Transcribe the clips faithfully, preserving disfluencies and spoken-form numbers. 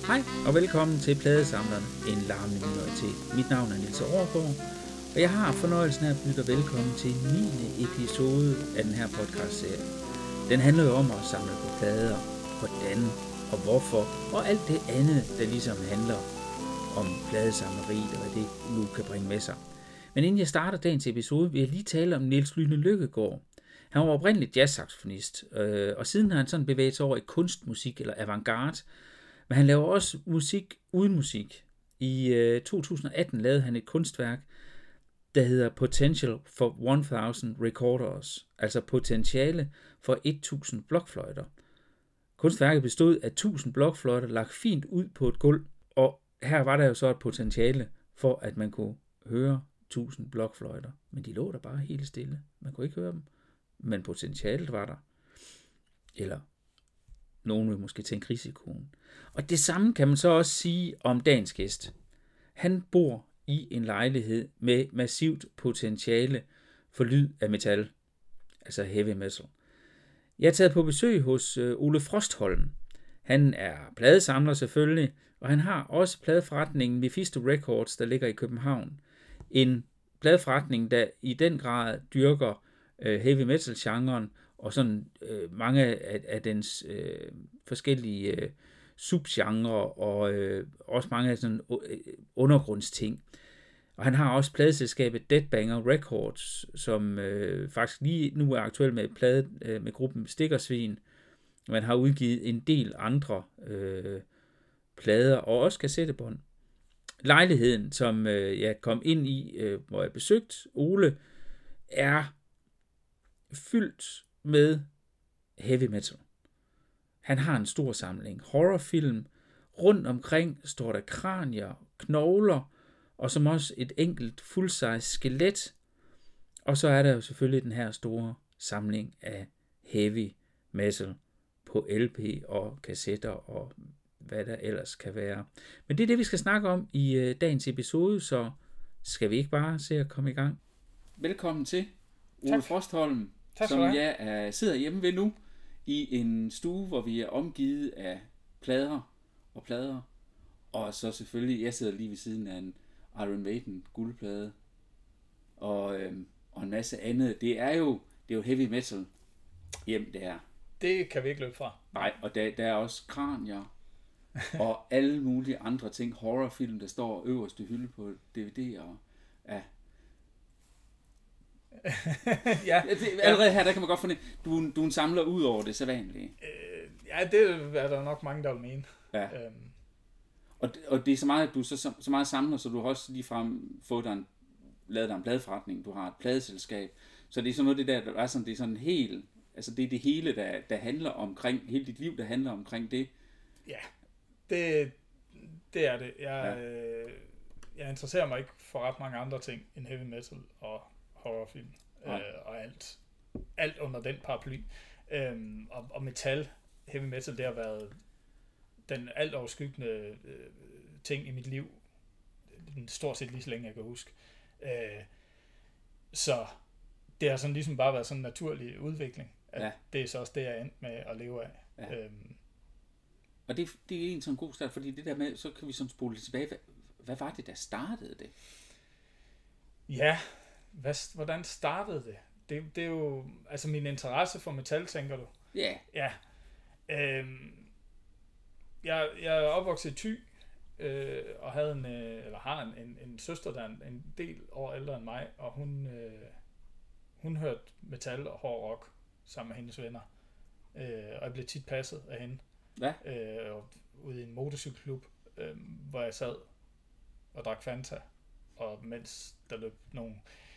Hej og velkommen til Pladesamlerne, en larmende minoritet. Mit navn er Niels Overgaard, og jeg har fornøjelsen af at byde dig velkommen til niende episode af den her podcastserie. Den handler jo om at samle på plader, hvordan og hvorfor, og alt det andet, der ligesom handler om pladesamleriet og hvad det nu kan bringe med sig. Men inden jeg starter dagens episode, vil jeg lige tale om Niels Lyhne Lykkegaard. Han var oprindeligt jazzsaxofonist, øh, og siden har han sådan bevæget sig over i kunstmusik eller avantgarde. Men han laver også musik uden musik. I øh, to tusind atten lavede han et kunstværk, der hedder Potential for tusind Recorders, altså potentiale for tusind blokfløjter. Kunstværket bestod af tusind blokfløjter lagt fint ud på et gulv, og her var der jo så et potentiale for, at man kunne høre tusind blokfløjter. Men de lå der bare helt stille. Man kunne ikke høre dem. Men potentialet var der. Eller nogen vil måske tænke risikoen. Og det samme kan man så også sige om dagens gæst. Han bor i en lejlighed med massivt potentiale for lyd af metal, altså heavy metal. Jeg er taget på besøg hos Ole Frostholm. Han er pladesamler selvfølgelig, og han har også pladeforretningen Mephisto Records, der ligger i København. En pladeforretning, der i den grad dyrker heavy metal-genren, og sådan øh, mange af, af dens øh, forskellige øh, subgenre, og øh, også mange af sådan øh, undergrundsting. Og han har også pladeselskabet Deadbanger Records, som øh, faktisk lige nu er aktuel med plade øh, med gruppen Stikkersvin. Man har udgivet en del andre øh, plader, og også kassettebånd. Lejligheden, som øh, jeg kom ind i, øh, hvor jeg besøgte Ole, er fyldt med heavy metal. Han har en stor samling horrorfilm. Rundt omkring står der kranier, knogler, og som også et enkelt full-size skelet. Og så er der jo selvfølgelig den her store samling af heavy metal på L P og kassetter og hvad der ellers kan være. Men det er det, vi skal snakke om i øh, dagens episode, så skal vi ikke bare se at komme i gang. Velkommen til, Ole Frostholm. Tak, som jeg er, sidder hjemme ved nu, i en stue, hvor vi er omgivet af plader og plader. Og så selvfølgelig, jeg sidder lige ved siden af en Iron Maiden guldplade. Og, øhm, og en masse andet. Det er jo, det er jo heavy metal hjem, det er. Det kan vi ikke løbe fra. Nej, og der, der er også kranier og alle mulige andre ting. Horrorfilm, der står øverste hylde på D V D og ja. ja. Det, allerede her, der kan man godt fornemme, du, du er en samler ud over det sædvanlige. Øh, ja, det er der nok mange, der vil mene. Ja. Øhm. Og, det, og det er så meget, at du så, så, så meget samler, så du har også ligefrem fået dig en, lavet dig en pladeforretning, du har et pladeselskab. Så det er sådan noget det der, der er sådan, det er sådan helt, altså det er det hele, der, der handler omkring, hele dit liv, der handler omkring det. Ja, det, det er det. Jeg, ja. øh, jeg interesserer mig ikke for ret mange andre ting end heavy metal og horrorfilm øh, og alt, alt under den paraply. Øhm, og, og metal, heavy metal, det har været den alt overskyggende øh, ting i mit liv, stort set lige så længe jeg kan huske. Øh, så det har sådan ligesom bare været sådan en naturlig udvikling. At ja. Det er så også det, jeg er endt med at leve af. Ja. Øhm. Og det, det er en sådan god start, fordi det der med, så kan vi sådan spole tilbage. Hvad, hvad var det, der startede det? Ja, Hvad, hvordan startede det? det? Det er jo, altså min interesse for metal, tænker du? Yeah. Ja. Øhm, jeg, jeg er opvokset i Thy, øh, og havde en, øh, eller har en, en, en søster, der er en, en del år ældre end mig, og hun, øh, hun hørte metal og hård rock sammen med hendes venner. Øh, og jeg blev tit passet af hende. Ja. Øh, og ude i en motorcykelklub, øh, hvor jeg sad og drak Fanta, og mens der løb nogle,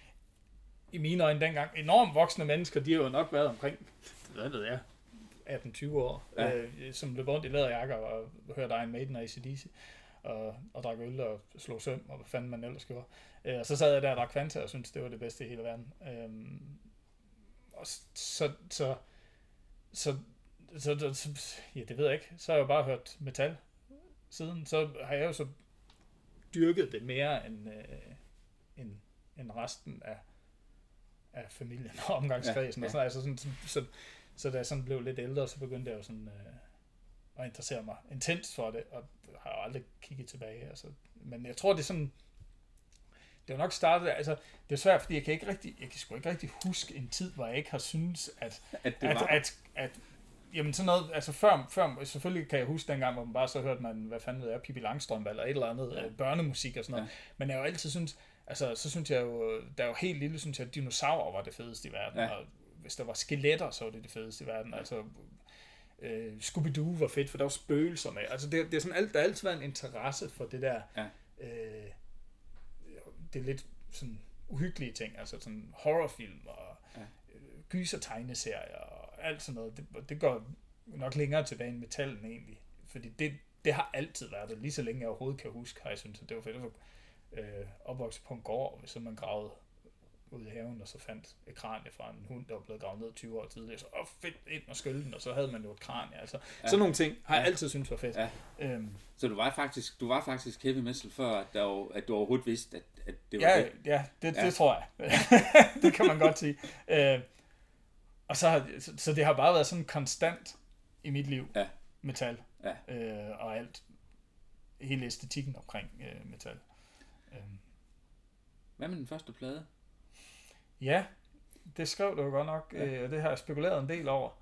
i mine øjne dengang, enormt voksne mennesker, de har jo nok været omkring, hvad ved jeg, atten tyve år, ja. øh, som løb rundt i læderjakker og hørte Iron Maiden og A C D C, og, og drak øl og slog søm, og hvad fanden man ellers gjorde. Øh, og så sad jeg der og drak Fanta, og syntes, det var det bedste i hele verden. Øh, og så, så, så, så, så, så, ja, det ved jeg ikke, så har jeg jo bare hørt metal siden, så har jeg jo så dyrket det mere end, øh, end, end resten af, af familien og omgangskredsen. Ja, ja. Og sådan, altså sådan, så, så, så da jeg sådan blev lidt ældre, så begyndte jeg jo sådan, øh, og interesserer mig intenst for det, og har jo aldrig kigget tilbage. Altså. Men jeg tror, det er sådan, det var nok startet, altså det er svært, fordi jeg kan ikke rigtig, jeg kan sgu ikke rigtig huske en tid, hvor jeg ikke har syntes, at, at, at, at, at, at jamen sådan noget, altså før, før, selvfølgelig kan jeg huske dengang, hvor man bare så hørte man, hvad fanden ved jeg, Pippi Langstrømpe eller et eller andet, ja. børnemusik og sådan noget, ja. Men jeg har jo altid synes, altså så synes jeg jo, der er jo helt lille, synes jeg, at dinosaurer var det fedeste i verden, ja. Og hvis der var skeletter, så var det det fedeste i verden, ja. Altså øh, Scooby-Doo var fedt, for der var spøgelser med, altså det, det er sådan, der har altid været en interesse for det der, ja. øh, det er lidt sådan uhyggelige ting, altså sådan horrorfilm og ja. øh, gysertegneserier og alt sådan noget, det, det går nok længere tilbage end metallen egentlig, fordi det, det har altid været det, lige så længe jeg overhovedet kan huske, har jeg synes, at det var fedt, at øh, opvokset på en gård, hvis man gravede ud i haven, og så fandt et kranie fra en hund, der var blevet gravet ned tyve år tidligere, så åh fedt, ind og skylde den, og så havde man jo et kranie, altså ja. Sådan nogle ting har jeg ja. altid syntes var fedt. Ja. Øhm. Så du var faktisk, du var faktisk heavy metal før, at, der, at du overhovedet vidste, at, at det var ja, fedt? Ja, det, ja, det tror jeg. Det kan man godt sige. Øh, og så, har, så, så det har bare været sådan konstant i mit liv, ja. Metal, ja. Øh, og alt, hele æstetikken omkring øh, metal. Øh. Hvad med den første plade? Ja, det skrev du jo godt nok, ja. øh, det har jeg spekuleret en del over.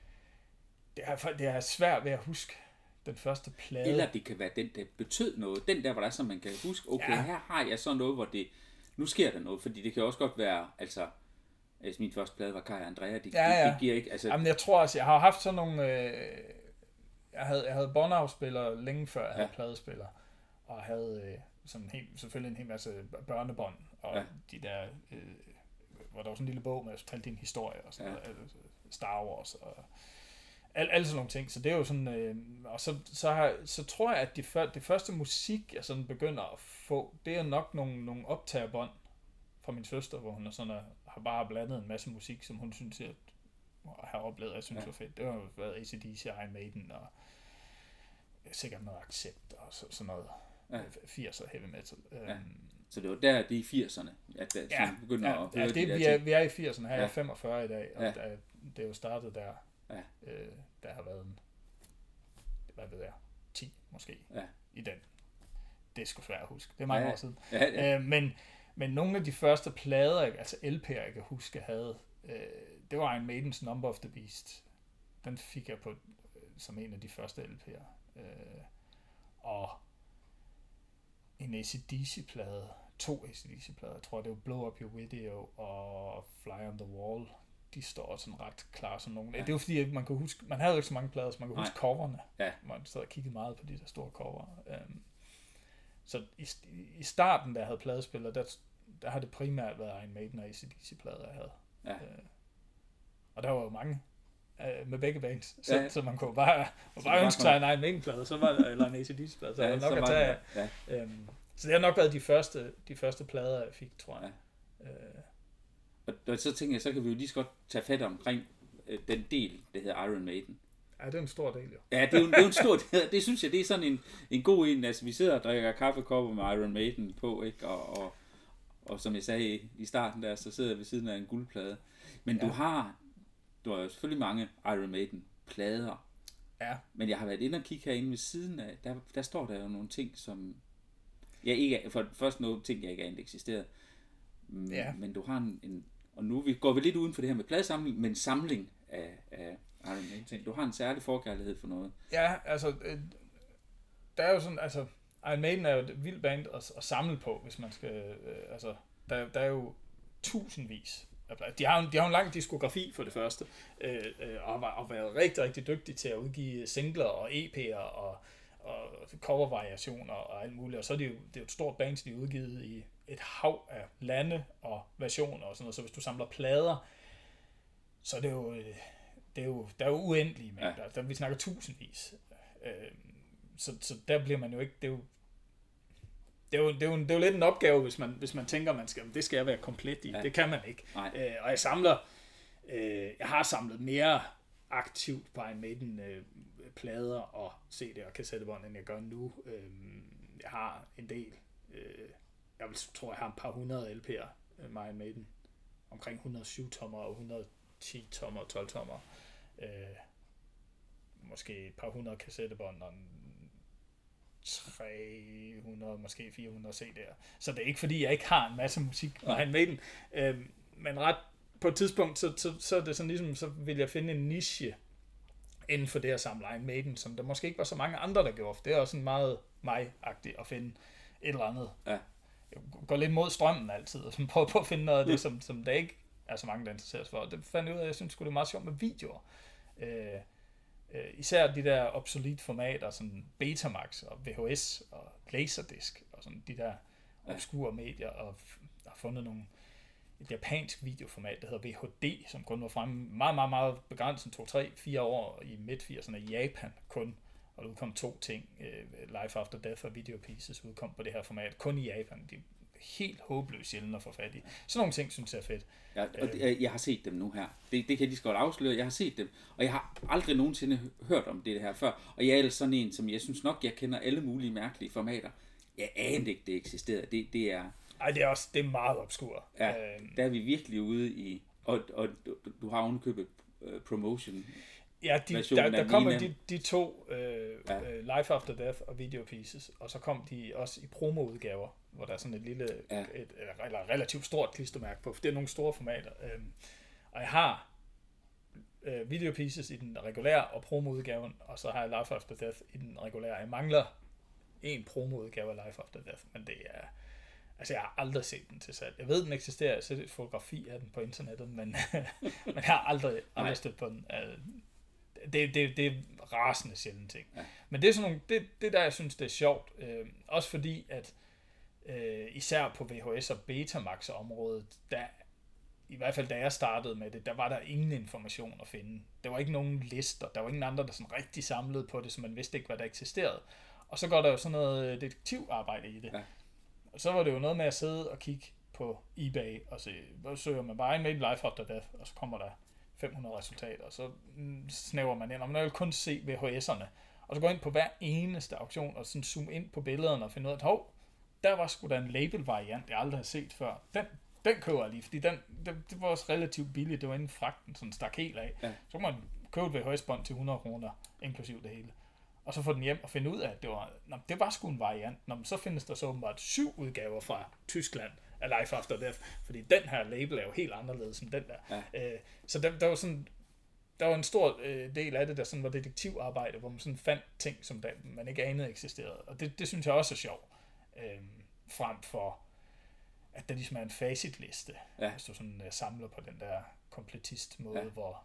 Det er, det er svært ved at huske den første plade. Eller det kan være den, der betød noget. Den der, hvor der er, så man kan huske, okay, ja. Her har jeg så noget, hvor det, nu sker der noget. Fordi det kan også godt være, altså, altså min første plade var Kaj og Andrea, det, ja, ja. det, det giver ikke, altså... Jamen, jeg tror også, jeg har haft sådan nogle, øh, jeg havde, jeg havde båndafspillere længe før, jeg havde ja. Pladespillere, og havde øh, sådan helt, selvfølgelig en hel masse børnebånd, og ja. De der... Øh, hvor der var sådan en lille bog med at fortælle din historie og sådan ja. Noget, Star Wars og alle, alle sådan nogle ting. Så det er jo sådan, øh, og så, så, har, så tror jeg, at de før, det første musik, jeg sådan begynder at få, det er nok nogle, nogle optagerbånd fra min søster, hvor hun er sådan, at, har bare blandet en masse musik, som hun synes, at har oplevet, jeg synes ja. Var fedt. Det har jo været A C D C, Iron Maiden og sikkert noget Accept og så, sådan noget ja. firser heavy metal. Ja. Um, Så det var der, det er i firserne, at det ja, begynder ja, at høre ja, det, de der vi, er, ting. vi er i firserne, her ja. er femogfyrre i dag, og ja. der, det er jo startet der, ja. øh, der har været en, hvad ved jeg, ti måske, ja. I den. Det er sgu svært at huske, det er mange ja. år siden. Ja, ja. Øh, men, men nogle af de første plader, altså L P'er, jeg kan huske, jeg havde, øh, det var Iron Maidens Number of the Beast. Den fik jeg på, øh, som en af de første L P'er. Øh, og en A C D C-plade, to A C D C-plader, jeg tror det var Blow Up Your Video og Fly on the Wall, de står sådan ret klar som nogle. Ja. Det var fordi, man kunne huske, man havde jo ikke så mange plader, så man kunne Nej. Huske coverne. Ja. Man stod og kiggede meget på de der store cover. Um, så i, i starten, da jeg havde pladespiller, der, der har det primært været Iron Maiden og A C D C-plader, jeg havde. Ja. Uh, og der var jo mange uh, med begge bands, så, ja. Så man kunne bare, så bare ønske sig en Iron Maiden-plade, så var der, eller en A C D C-plade, så ja, var der nok at tage. Ja. Um, så det har nok været de første, de første plader, jeg fik, tror jeg. Ja. Uh, og, og så tænker jeg, så kan vi jo lige så godt tage fat omkring øh, den del, der hedder Iron Maiden. Ja, det er en stor del, jo. Ja, det er jo, det er jo en stor del. Det synes jeg, det er sådan en, en god en. Altså, vi sidder og drikker kaffekopper med Iron Maiden på, ikke? Og, og, og som jeg sagde i starten der, så sidder jeg ved siden af en guldplade. Men ja. du har du har jo selvfølgelig mange Iron Maiden-plader. Ja. Men jeg har været inde og kigge herinde ved siden af, der, der står der jo nogle ting, som... Jeg ikke, for først nogle ting, jeg ikke er eksisteret. Ja. Men du har en, en... Og nu vi går vi lidt uden for det her med pladesamling, men samling af... af Iron Maiden. Du har en særlig forkærlighed for noget. Ja, altså, øh, der er jo sådan, altså, Iron Maiden er jo et vildt band at, at samle på, hvis man skal, øh, altså, der, der er jo tusindvis. De har, de har en lang diskografi for det første, øh, øh, og har været rigtig, rigtig dygtige til at udgive singler og E P'er og, og covervariationer og alt muligt, og så er det jo, det er jo et stort band, de er udgivet i et hav af lande og versioner og sådan noget, så hvis du samler plader, så er det jo... Øh, Det er jo, der er jo uendelige mængder. Ja. Der, vi snakker tusindvis. Øh, så, så der bliver man jo ikke... Det er jo, det er jo, det er jo, det er jo lidt en opgave, hvis man, hvis man tænker, man skal, det skal jeg være komplet i. Ja. Det kan man ikke. Øh, og jeg samler... Øh, jeg har samlet mere aktivt på Iron Maiden øh, plader og C D'er og kassettebånd, end jeg gør nu. Øh, jeg har en del... Øh, jeg vil, tror, jeg har et par hundrede L P'er med Iron Maiden. Omkring hundrede og syv tommer og hundrede og ti tommer og tolv tommer. Øh, måske et par hundrede kassettebånd og tre hundrede, måske fire hundrede C D'er. Så det er ikke fordi, jeg ikke har en masse musik med Iron Maiden. Øh, men ret på et tidspunkt, så, så, så er det sådan ligesom, så vil jeg finde en niche inden for det at samle Iron Maiden, som der måske ikke var så mange andre, der gjorde. Det er også sådan meget mig-agtigt at finde et eller andet. Ja. Jeg går lidt mod strømmen altid, og prøver på at finde noget af det, som, som der ikke er så mange, der interesserer sig for. Det fandt jeg ud af, jeg synes det er meget sjovt med videoer. Øh, øh, især de der obsolete formater, sådan Betamax og V H S og Laserdisc, og sådan de der obskure medier, og har fundet nogle et japansk videoformat, der hedder V H D, som kun var fremme meget, meget, meget begrænset, to, tre, fire år i midt firserne i Japan kun, og der udkom to ting, Life After Death og Video Pieces udkom på det her format, kun i Japan. De er helt håbløst sjældent at få fat i. Sådan nogle ting, synes jeg er fedt. Ja, og det, jeg har set dem nu her. Det, det kan de godt afsløre. Jeg har set dem, og jeg har aldrig nogensinde hørt om det her før. Og jeg er ellers sådan en, som jeg synes nok, jeg kender alle mulige mærkelige formater. Jeg anede ikke, det eksisterede. Det, det er... Ej, det er også det er meget obskur. Ja, øhm. der er vi virkelig ude i... Og, og du, du har ovenkøbet uh, promotion. Ja, de, der, der kommer de, de to, øh, ja. Life After Death og Video Pieces, og så kom de også i promoudgaver, hvor der er sådan et lille, ja. et, et, eller relativt stort klistermærke på, for det er nogle store formater. Øhm, og jeg har øh, Video Pieces i den regulære og promoudgaven, og så har jeg Life After Death i den regulære. Jeg mangler en promoudgave af Life After Death, men det er... Altså, jeg har aldrig set den til salg. Jeg ved, den eksisterer. Jeg har set et fotografi af den på internettet, men, men jeg har aldrig, aldrig stødt på den. Det, det, det er rasende sjældent ting. Ja. Men det er sådan nogle, det, det der, jeg synes, det er sjovt. Øh, også fordi, at øh, især på V H S og Betamax-området, der, i hvert fald da jeg startede med det, der var der ingen information at finde. Der var ikke nogen lister. Der var ingen andre, der sådan rigtig samlede på det, så man vidste ikke, hvad der eksisterede. Og så går der jo sådan noget detektivarbejde i det. Ja. Og så var det jo noget med at sidde og kigge på eBay og se, hvor søger man bare en Maiden Life After Death, og så kommer der fem hundrede resultater, og så snæver man ind, og man vil kun se V H S'erne, og så går ind på hver eneste auktion, og sådan zoome ind på billederne og finde ud af, at hov, der var sgu da en label-variant, jeg aldrig har set før. Den, den køber jeg lige, fordi den, den, det var også relativt billigt, det var inden fragten, sådan stak helt af. Ja. Så kunne man købe et V H S-bånd til hundrede kroner, inklusiv det hele. Og så få den hjem og finde ud af, at det var, nå, det var sgu en variant. Nå, så findes der så åbenbart syv udgaver fra Tyskland af Life After Death, fordi den her label er jo helt anderledes end den der. Ja. Øh, så der, der var sådan, der var en stor øh, del af det, der sådan var detektivarbejde, hvor man sådan fandt ting, som der, man ikke anede eksisterede. Og det, det synes jeg også er sjovt. Øh, frem for, at der ligesom er en facitliste, ja. Hvis du sådan uh, samler på den der kompletist måde, ja. Hvor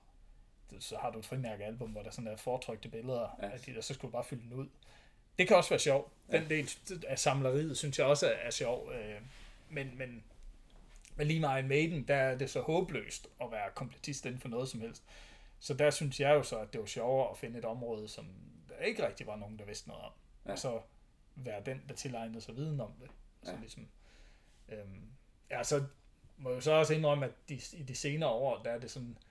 så har du et frimærkealbum, hvor der sådan er fortrykte billeder ja. Af de der, så skal du bare fylde den ud. Det kan også være sjovt. Den ja. Del af samleriet, synes jeg også er, er sjov. Øh, men, men, men lige med Iron Maiden, der er det så håbløst at være kompletist inden for noget som helst. Så der synes jeg jo så, at det var sjovere at finde et område, som der ikke rigtig var nogen, der vidste noget om. Ja. Og så være den, der tilegnede sig viden om det. Så ja. Ligesom, øhm, ja, så må jeg jo så også indrømme, at de, i de senere år, der er det sådan,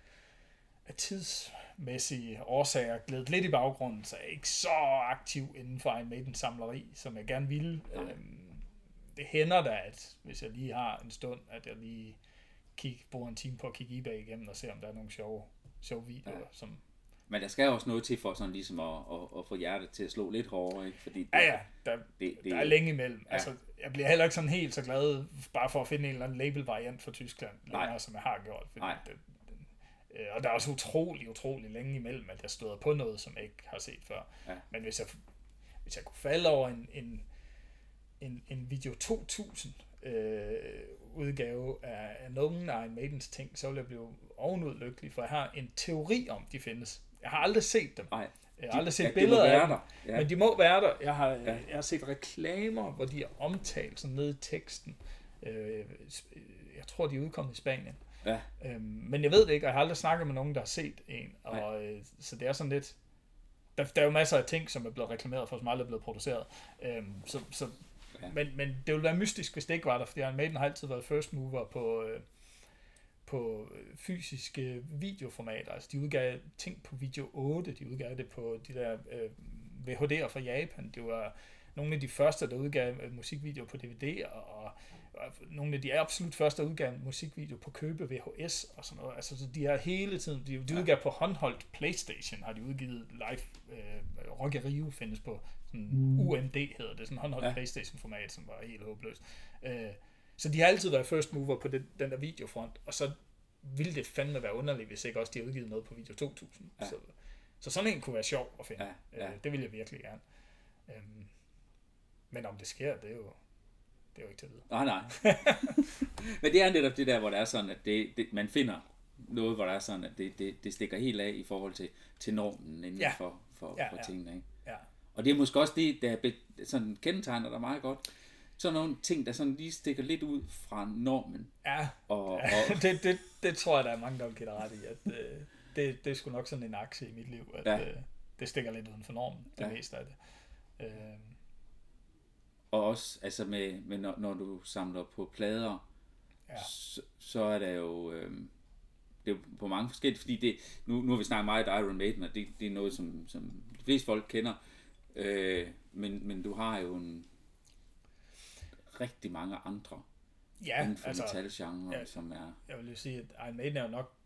af tidsmæssige årsager glædet lidt i baggrunden, så er jeg ikke så aktiv inden for Iron Maiden samleri, som jeg gerne ville. Ja. Øhm, det hænder da, at hvis jeg lige har en stund, at jeg lige kig, bruger en time på at kigge eBay igennem og se, om der er nogle sjove, sjove videoer. Ja. Som... Men der skal også noget til for sådan ligesom at, at, at få hjertet til at slå lidt hårdere, ikke? Fordi det, ja, ja, der, det, det, der er længe imellem. Ja. Altså, jeg bliver heller ikke sådan helt så glad, bare for at finde en eller anden label-variant for Tyskland, længere, som jeg har gjort. Fordi det, det, og der er også utrolig, utrolig længe imellem, at jeg støder på noget, som jeg ikke har set før. Ja. Men hvis jeg, hvis jeg kunne falde over en, en, en, en Video to tusind øh, udgave af, af nogen af Iron Maidens ting, så vil jeg blive ovenud lykkelig, for jeg har en teori om, de findes. Jeg har aldrig set dem. Nej. Jeg har aldrig set de, billeder de af dem, ja. Men de må være der. Jeg har, ja. jeg har set reklamer, hvor de er omtalt sådan nede i teksten. Jeg tror, de er udkommet i Spanien. Ja. Øhm, men jeg ved det ikke, og jeg har aldrig snakket med nogen, der har set en. Og, øh, så det er sådan lidt... Der, der er jo masser af ting, som er blevet reklameret for, som aldrig er blevet produceret. Øhm, så, så, ja. men, men det ville være mystisk, hvis det ikke var der, fordi Iron Maiden har altid været first mover på... Øh, på fysiske videoformater. Altså, de udgav ting på Video otte, de udgav det på de der øh, V H D'er fra Japan. Det var nogle af de første, der udgav musikvideoer på D V D'er, og nogle af de absolut første udgav musikvideo på købe V H S og sådan noget. Altså, de har hele tiden, de, de udgav på håndholdt PlayStation, har de udgivet live. Øh, Rock in Rio findes på sådan mm. U M D hedder det, sådan håndholdt ja. PlayStation-format, som var helt håbløst. Øh, så de har altid været first mover på det, den der videofront, og så ville det fandme være underligt, hvis ikke også de har udgivet noget på Video to tusind. Ja. Så, så sådan en kunne være sjov at finde. Ja. Ja. Øh, det ville jeg virkelig gerne. Øh, men om det sker, det er jo Det er jo ikke til at vide. Nej, nej. Men det er netop det der, hvor det er sådan, at det, det, man finder noget, hvor der er sådan, at det, det, det stikker helt af i forhold til, til normen inden ja. for, for, ja, for ja. tingene. Ikke? Ja. Og det er måske også det, der be, sådan kendetegner der meget godt. Sådan nogle ting, der sådan lige stikker lidt ud fra normen. Ja, og, ja. Og... det, det, det tror jeg, der er mange, der vil give dig ret i. At, øh, det, det er sgu nok sådan en aktie i mit liv, at ja. øh, det stikker lidt uden for normen, det ja. meste af det. Øh, Og også, altså med, med når, når du samler på plader, ja. så, så er der jo, øh, det er jo på mange forskellige, fordi det, nu, nu har vi snakket meget Iron Maiden, og det, det er noget, som, som de fleste folk kender, øh, men, men du har jo en, rigtig mange andre ja, inden for altså, metalgenre, ja, som er... Jeg vil jo sige, at Iron Maiden er jo nok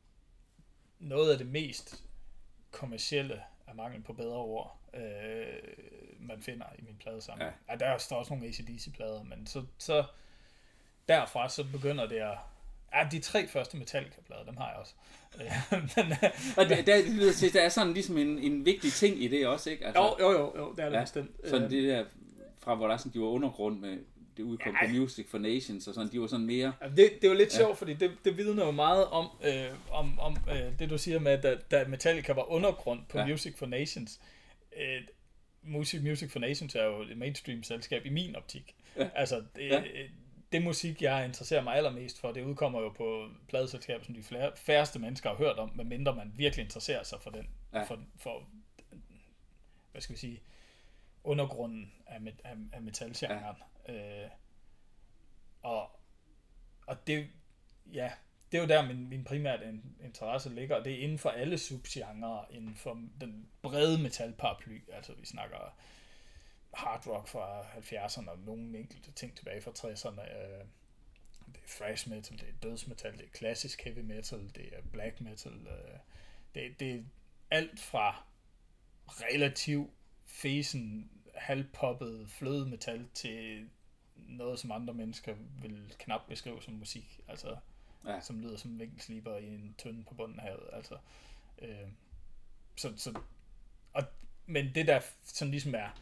noget af det mest kommercielle, af mangel på bedre ord, øh, man finder i min pladesamling. Ja. Ja, der står også nogle A C D C-plader, men så, så derfra så begynder det at... Ja, de tre første Metallica-plader, dem har jeg også. men, og der, der, der er sådan ligesom en, en vigtig ting i det også, ikke? Altså, jo, jo, jo, jo, det er det ja, bestemt. Sådan det der, fra hvor der sådan, de var undergrund med, det udkom ja. på Music for Nations, og sådan, de var sådan mere... Ja, det, det var lidt ja. sjovt, fordi det, det vidner jo meget om, øh, om, om øh, det, du siger med, at da, da Metallica var undergrund på ja. Music for Nations. Øh, Music, Music for Nations er jo et mainstream-selskab i min optik. Ja. Altså, det, ja. det musik, jeg interesserer mig allermest for, det udkommer jo på pladeselskaber, som de færreste mennesker har hørt om, medmindre man virkelig interesserer sig for den, ja. for, for, hvad skal vi sige, undergrunden af, af, af metalgenren. Ja. Øh, og, og det, ja, det er jo der, min, min primære interesse ligger, og det er inden for alle subgenrer, inden for den brede metalparaply, altså vi snakker hard rock fra halvfjerdserne, og nogle enkelte ting tilbage fra tresserne, øh, det er thrash metal, det er dødsmetal, det er klassisk heavy metal, det er black metal, øh, det, det er alt fra relativt fesen, halvpoppet flødemetal til noget, som andre mennesker vil knap beskrive som musik, altså ja. som lyder som vinkelsliber i en tønde på bunden af havet, altså øh, så, så og, men det der sådan ligesom er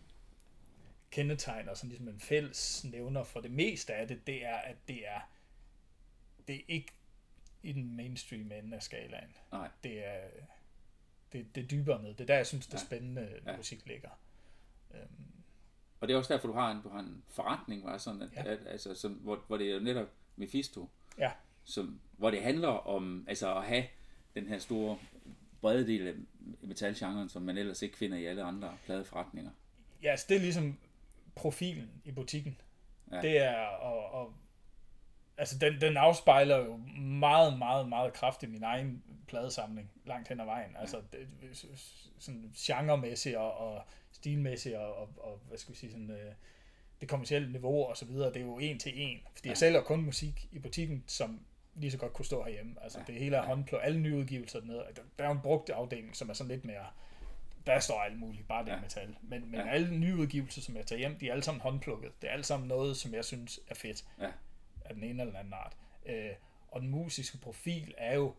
kendetegner sådan ligesom en fælles nævner for det meste af det, det er, at det er det er ikke i den mainstream ende af skalaen. Nej. Det er det, det er dybere ned. Det er der, jeg synes, det ja. spændende ja. musik ligger. Um, og det er også derfor, du har en, du har en forretning, var sådan, at, ja. at, altså, som, hvor, hvor det er jo netop Mephisto, ja. som, hvor det handler om altså, at have den her store brede del af metalgenren, som man ellers ikke finder i alle andre pladeforretninger. Ja, altså det er ligesom profilen i butikken. Ja. Det er og, og altså den, den afspejler jo meget, meget, meget kraftigt min egen pladesamling langt hen ad vejen. Ja. Altså det, sådan genremæssigt og, og stilmæssigt og, og, og hvad skal vi sige sådan øh, det kommercielle niveau og så videre, det er jo en til en. Fordi ja. jeg sælger kun musik i butikken, som lige så godt kunne stå herhjemme. Altså ja. det hele er ja. håndpluk, alle nye udgivelser dernede. Der, der er jo en brugt afdeling, som er sådan lidt mere, der står alt muligt, bare det ja. metal. Men, men ja. alle nye udgivelser, som jeg tager hjem, de er alle sammen håndplukket. Det er alle sammen noget, som jeg synes er fedt. Ja. Af den ene eller den anden art. Øh, og den musiske profil er jo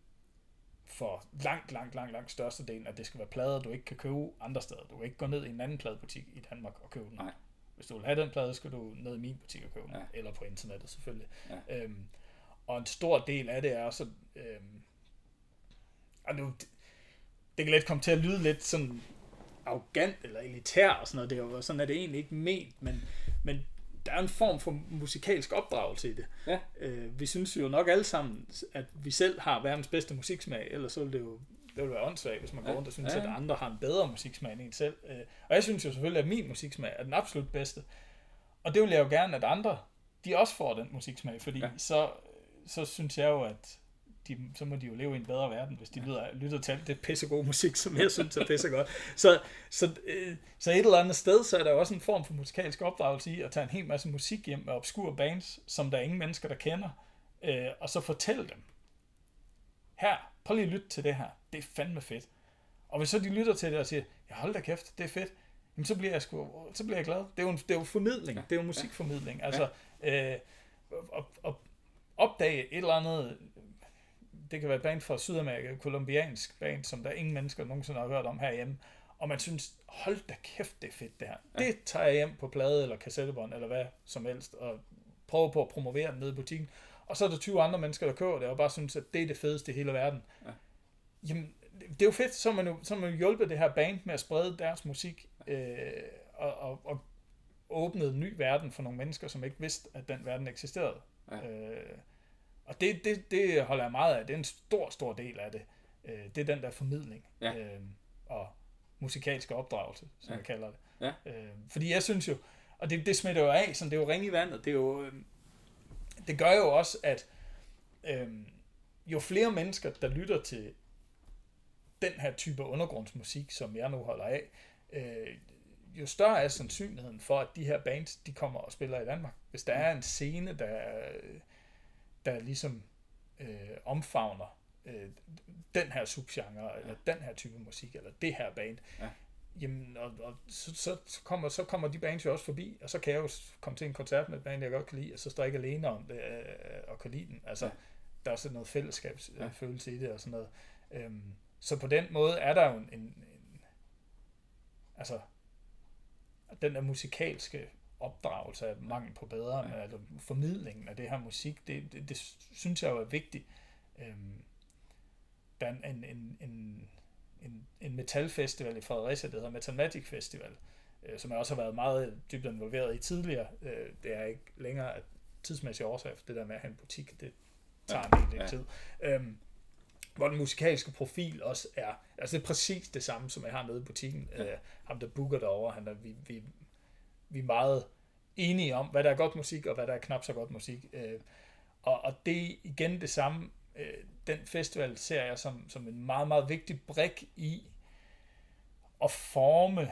for langt, langt, langt, langt størstedelen, at det skal være plader, du ikke kan købe andre steder. Du kan ikke gå ned i en anden pladebutik i Danmark og købe den. Nej. Hvis du vil have den plade, skal du ned i min butik og købe den. Ja. Eller på internettet selvfølgelig. Ja. Øhm, og en stor del af det er også øhm, og nu, det, det kan let komme til at lyde lidt sådan arrogant eller elitær og sådan noget. Det er jo, sådan er det egentlig ikke ment, men, men der er en form for musikalsk opdragelse i det. Ja. Øh, vi synes jo nok alle sammen, at vi selv har verdens bedste musiksmag, ellers så vil det jo det vil være åndssvagt, hvis man går rundt og synes, ja, ja. at andre har en bedre musiksmag end en selv. Øh, og jeg synes jo selvfølgelig, at min musiksmag er den absolut bedste. Og det vil jeg jo gerne, at andre, de også får den musiksmag, fordi ja. så, så synes jeg jo, at de, så må de jo leve i en bedre verden, hvis de lytter, lytter til alt det pissegod musik, som jeg synes er pissegodt. Så, så, øh, så et eller andet sted, så er der også en form for musikalsk opdragelse i at tage en hel masse musik hjem med obskure bands, som der er ingen mennesker, der kender, øh, og så fortælle dem, her, prøv lige at lytte til det her, det er fandme fedt. Og hvis så de lytter til det og siger, ja hold da kæft, det er fedt, jamen så bliver jeg sgu, så bliver jeg glad. Det er jo, en, det er jo formidling, ja. Det er jo musikformidling. Altså, ja. øh, at, at opdage et eller andet, det kan være et band fra Sydamerika, et kolumbiansk band, som der ingen mennesker nogensinde har hørt om herhjemme, og man synes, hold da kæft, det er fedt det her. Ja. Det tager jeg hjem på plade eller kassettebånd, eller hvad som helst, og prøver på at promovere den nede i butikken. Og så er der tyve andre mennesker, der køber det, og bare synes, at det er det fedeste i hele verden. Ja. Jamen, det er jo fedt, så har man jo, så man jo hjulpet det her band med at sprede deres musik, øh, og, og, og åbnet en ny verden for nogle mennesker, som ikke vidste, at den verden eksisterede. Ja. Øh, og det, det, det holder jeg meget af. Det er en stor, stor del af det. Øh, det er den der formidling. Ja. Øh, og musikalske opdragelse, som ja. jeg kalder det. Ja. Øh, fordi jeg synes jo, og det, det smitter jo af, sådan, det er jo ring i vandet. Det, er jo, øh, det gør jo også, at øh, jo flere mennesker, der lytter til den her type undergrundsmusik, som jeg nu holder af, øh, jo større er sandsynligheden for, at de her bands, de kommer og spiller i Danmark. Hvis der er en scene, der, der ligesom øh, omfavner øh, den her subgenre, ja. eller den her type musik, eller det her band, ja. jamen, og, og så, så, kommer, så kommer de bands jo også forbi, og så kan jeg jo komme til en koncert med et band, jeg godt kan lide, og så står jeg ikke alene om det, øh, og kan lide den. Altså, ja. der er sådan noget fællesskabsfølelse ja. i det, og sådan noget. Øhm, så på den måde er der jo en, en, en altså, den der musikalske opdragelse af mangel på bedre, ja. altså formidlingen af det her musik, det, det, det synes jeg jo er vigtigt. Øhm, der er en, en, en, en, en metalfestival i Fredericia, der hedder Metalmatic Festival, øh, som jeg også har været meget dybt involveret i tidligere. Øh, det er ikke længere af tidsmæssige årsager, for det der med at have en butik, det tager ja. en del ja. tid. Øhm, hvor den musikalske profil også er, altså det er præcis det samme, som jeg har nede i butikken. Ja. Øh, ham der booker derovre, han er, vi, vi, vi er meget enige om, hvad der er godt musik, og hvad der er knap så godt musik. Øh, og, og det er igen det samme. Øh, den festival ser jeg som, som en meget, meget vigtig brik i at forme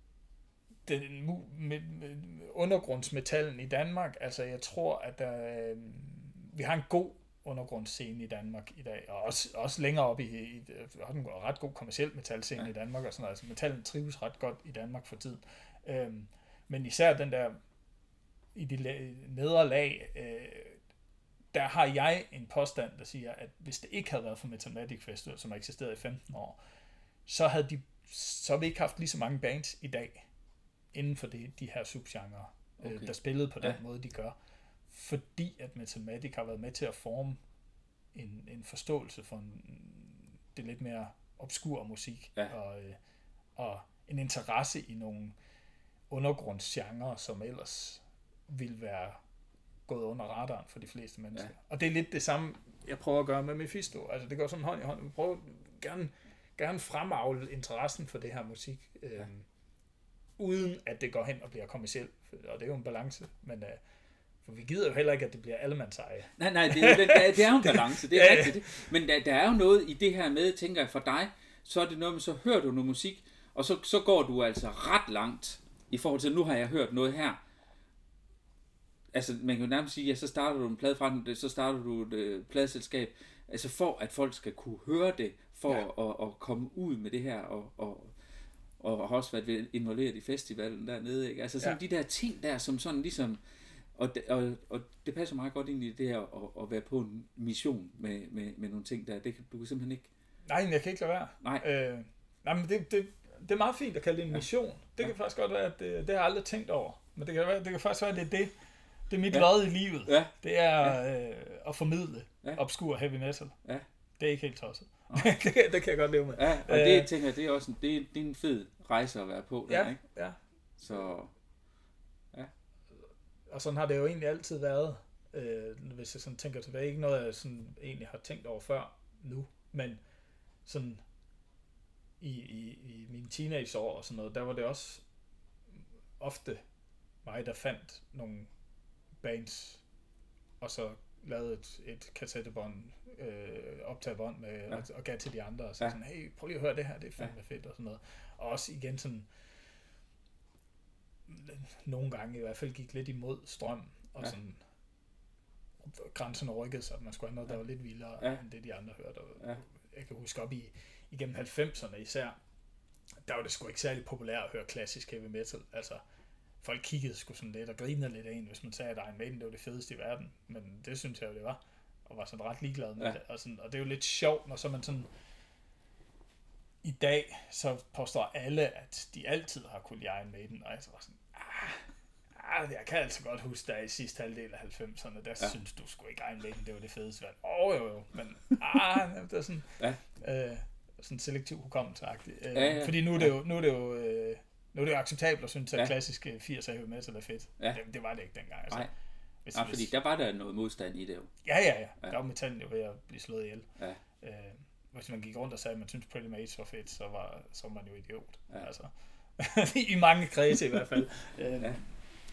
den med, med undergrundsmetallen i Danmark. Altså jeg tror, at der, øh, vi har en god undergrundsscene i Danmark i dag, og også, også længere op i, i har en ret god kommerciel metalscene ja. i Danmark, og sådan noget. Altså metallen trives ret godt i Danmark for tiden. Øhm, men især den der i de nedre lag, øh, der har jeg en påstand, der siger, at hvis det ikke havde været for Metalmatic Festival, som har eksisteret i femten år, så havde de så havde vi ikke haft lige så mange bands i dag, inden for det, de her subgenrer, okay. øh, der spillede på den ja. måde, de gør. Fordi at Metalmatic har været med til at forme en, en forståelse for en, det lidt mere obskur musik, ja. og, øh, og en interesse i nogle undergrundsgenrer, som ellers ville være gået under radaren for de fleste mennesker. Ja. Og det er lidt det samme, jeg prøver at gøre med Mephisto. Altså det går sådan hånd i hånd. Vi prøver gerne, gerne fremavle interessen for det her musik, øh, ja. uden at det går hen og bliver kommercielt. Og det er jo en balance, men... Øh, for vi gider jo heller ikke, at det bliver allemandseje. Nej, nej, det, det, det er jo en balance, det er ja, rigtigt. Men der, der er jo noget i det her med, tænker jeg, for dig, så er det noget med, så hører du noget musik, og så, så går du altså ret langt, i forhold til, nu har jeg hørt noget her. Altså, man kan jo nærmest sige, ja, så starter du en plade fra, så starter du et øh, pladeselskab, altså for at folk skal kunne høre det, for ja. at, at komme ud med det her, og, og, og har også været involveret i festivalen dernede, ikke? Altså sådan ja. de der ting der, som sådan ligesom... Og det, og, og det passer meget godt ind i det her at, at være på en mission med, med, med nogle ting der. Det kan du kan simpelthen ikke... Nej, jeg kan ikke lade være. Nej. Øh, nej, men det, det, det er meget fint at kalde det en mission. Ja. Det kan ja. faktisk godt være, at det, det har jeg aldrig tænkt over. Men det kan, være, det kan faktisk være, at det er det. Det er mit ja. lod i livet. Ja. Det er ja. øh, at formidle ja. obskur heavy metal. Ja. Det er ikke helt tosset. Ja. det, det kan jeg godt leve med. Ja, og det, tænker jeg, det er også en, det er, det er en fed rejse at være på. Der, ja, ikke? ja. Så... Og sådan har det jo egentlig altid været, øh, hvis jeg sådan tænker tilbage. Ikke noget, jeg sådan egentlig har tænkt over før nu, men sådan i, i, i mine teenageår og sådan noget, der var det også ofte mig, der fandt nogle bands, og så lavede et, et kassettebånd, øh, optagebånd med, ja. og, og gav til de andre, og så ja. sådan, hey, prøv lige at høre det her, det er fandme ja. fedt, og sådan noget. Og også igen sådan, nogle gange i hvert fald gik lidt imod strøm, og ja. sådan, grænsen rykkede sig, at man skulle have noget, der var lidt vildere, ja. end det de andre hørte. Og ja. Jeg kan huske op i, igennem halvfemserne især, der var det sgu ikke særlig populært at høre klassisk heavy metal. Altså, folk kiggede sgu sådan lidt og grinede lidt af en, hvis man sagde, at Iron Maiden, det var det fedeste i verden. Men det synes jeg jo, det var. Og var sådan ret ligeglad med ja. det. Og, sådan, og det er jo lidt sjovt, når så man sådan... I dag, så påstår alle, at de altid har kunnet Iron Maiden. Og jeg så var sådan, ah, jeg kan altså godt huske, der i sidste halvdel af halvfemserne, der ja. synes du sgu ikke Iron Maiden, det var det fedeste valg. Åh, oh, jo, jo, men ah, det er sådan, ja. øh, sådan selektiv hukommelse-agtigt. Øh, ja, ja. Fordi nu er det jo, nu er det jo, øh, nu er det jo acceptabelt at synes, at ja. klassisk firser heavy metal er fedt. Ja. Det, det var det ikke dengang. Altså. Nej, hvis, ja, fordi hvis, der var der noget modstand i det jo. Ja, ja, ja. ja. Der var metallen jo ved at blive slået ihjel. Ja. Øh, hvis man gik rundt og sagde, at man synes Pretty Mates var fedt, så var, så var man jo idiot. Ja. Altså. I mange kredse i hvert fald. øh, ja.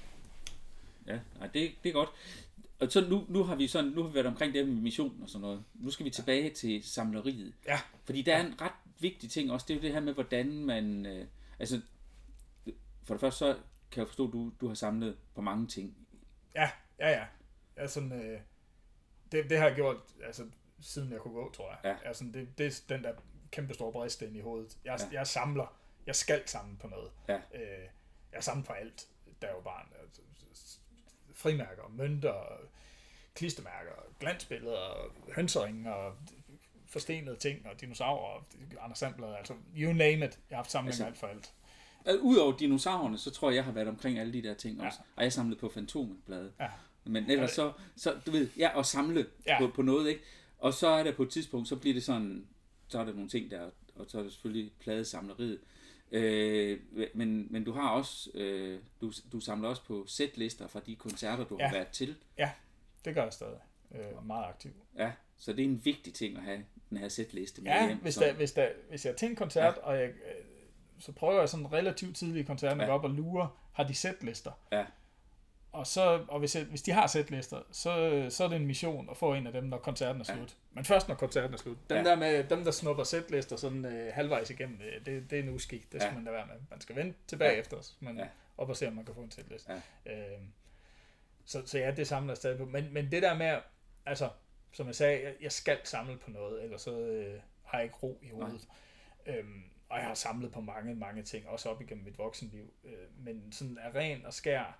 Ja, nej, det, det er godt. Og så nu, nu har vi sådan, nu har vi været omkring det med mission og sådan noget. Nu skal vi tilbage ja. til samleriet. Ja. Fordi der er en ret vigtig ting også, det er jo det her med, hvordan man, øh, altså, for det første så kan jeg forstå, at du, du har samlet på mange ting. Ja, ja, ja. Jeg sådan, øh, det, det har jeg gjort, altså, siden jeg kunne gå, tror jeg. Ja. Altså, det, det er den der kæmpe store brist ind i hovedet. Jeg, ja. jeg samler, jeg skal samle på noget. Ja. Øh, jeg samler på alt, da jeg var barn. Altså, frimærker, mønter, klistermærker, glansbilleder, hønseringer, og forstenede ting, og dinosaurer, Anders Sandblad, altså you name it. Jeg har haft samling altså, alt for alt. Udover dinosaurerne, så tror jeg, jeg har været omkring alle de der ting også. Ja. Og jeg samlede på Fantomet-bladet. Ja. Men ellers så, så, du ved, ja, at samle ja. på, på noget, ikke? Og så er der på et tidspunkt, så bliver det sådan, så er der nogle ting der, og så er der selvfølgelig pladesamleriet. Øh, men, men du har også øh, du, du samler også på sætlister fra de koncerter du ja. har været til. Ja, det gør jeg stadig. Øh, meget aktiv. Ja, så det er en vigtig ting at have den her sætliste med ja, hjem. Hvis, der, hvis, der, hvis jeg er til en koncert, ja. og jeg, så prøver jeg sådan relativt tidligt i koncerten at ja. gå op og lure, har de sætlister. Ja. Og, så, og hvis, jeg, hvis de har sætlister, så, så er det en mission at få en af dem, når koncerten er slut. Ja. Men først når koncerten er slut. Dem, ja. der, med, dem der snupper sætlister sådan øh, halvvejs igennem, det, det er en uskik. Det skal ja. man da være med. Man skal vente tilbage ja. efter, så man ja. op og se, om man kan få en sætliste. Ja. Øh, så, så ja, det samler jeg stadig på. Men, men det der med, altså, som jeg sagde, jeg, jeg skal samle på noget, ellers så øh, har jeg ikke ro i hovedet. Øhm, og jeg har samlet på mange, mange ting, også op igennem mit voksenliv. Øh, men sådan er ren og skær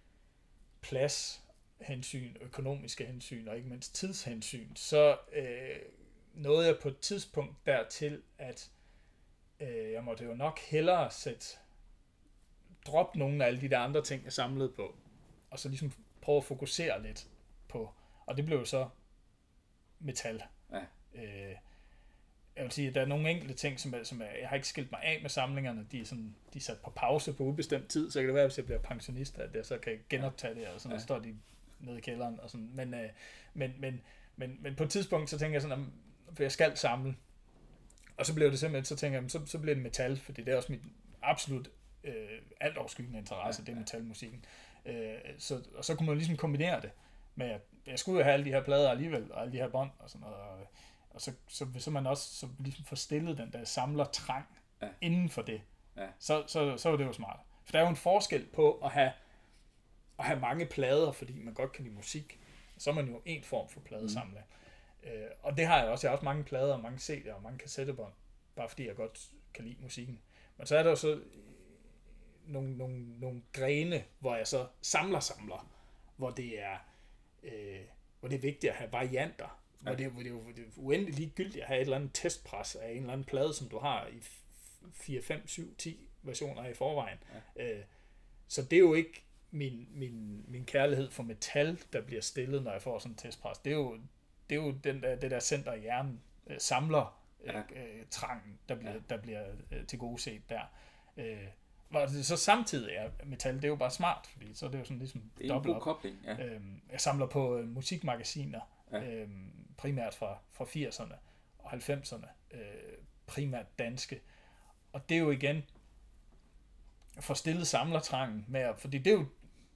plads, hensyn, økonomiske hensyn og ikke mindst tidshensyn, så øh, nåede jeg på et tidspunkt dertil, at øh, jeg måtte jo nok hellere sætte, droppe nogle af alle de der andre ting, jeg samlede på, og så ligesom prøve at fokusere lidt på, og det blev jo så metal. Ja. Øh, jeg vil sige, at der er nogle enkelte ting, som, er, som er, jeg har ikke skilt mig af med samlingerne, de er, sådan, de er sat på pause på ubestemt tid, så kan det være, hvis jeg bliver pensionist, at jeg så kan genoptage det, og sådan, ja. og står de nede i kælderen, og sådan, men, øh, men, men, men, men på et tidspunkt, så tænker jeg sådan, at jeg skal samle, og så blev det simpelthen, så tænker jeg, så, så bliver det metal, fordi det er også mit absolut øh, alt overskyggende interesse, ja, det er metalmusikken, øh, så, og så kunne man ligesom kombinere det med, at jeg skulle jo have alle de her plader alligevel, og alle de her bånd, og sådan noget, og, og så, så, så man også så ligesom får stillet den der samlertrang ja. inden for det, ja. så, så, så var det jo smart. For der er jo en forskel på at have, at have mange plader, fordi man godt kan lide musik. Så er man jo en form for pladesamler. Mm. Øh, og det har jeg også. Jeg har også mange plader, og mange C D'er og mange kassettebånd, bare fordi jeg godt kan lide musikken. Men så er der jo så nogle, nogle, nogle grene, hvor jeg så samler samler, hvor det er, øh, hvor det er vigtigt at have varianter. Hvor det, hvor, det, hvor det er uendeligt ligegyldigt at have et eller andet testpres af en eller anden plade, som du har i fire, fem, syv, ti versioner i forvejen. Ja. Øh, så det er jo ikke min, min, min kærlighed for metal, der bliver stillet, når jeg får sådan en testpres. Det er jo, det er jo den der, det der center i hjernen, øh, samler øh, ja. øh, trangen, der bliver, ja. der bliver øh, tilgodeset der. Øh, og så samtidig er metal, det er jo bare smart, fordi så er det jo sådan ligesom dobbelt op. Det er en god kobling, ja. Øh, jeg samler på øh, musikmagasiner, ja. øh, primært fra, fra firserne og halvfemserne, øh, primært danske. Og det er jo igen for stillet samlertrangen med, fordi det er jo,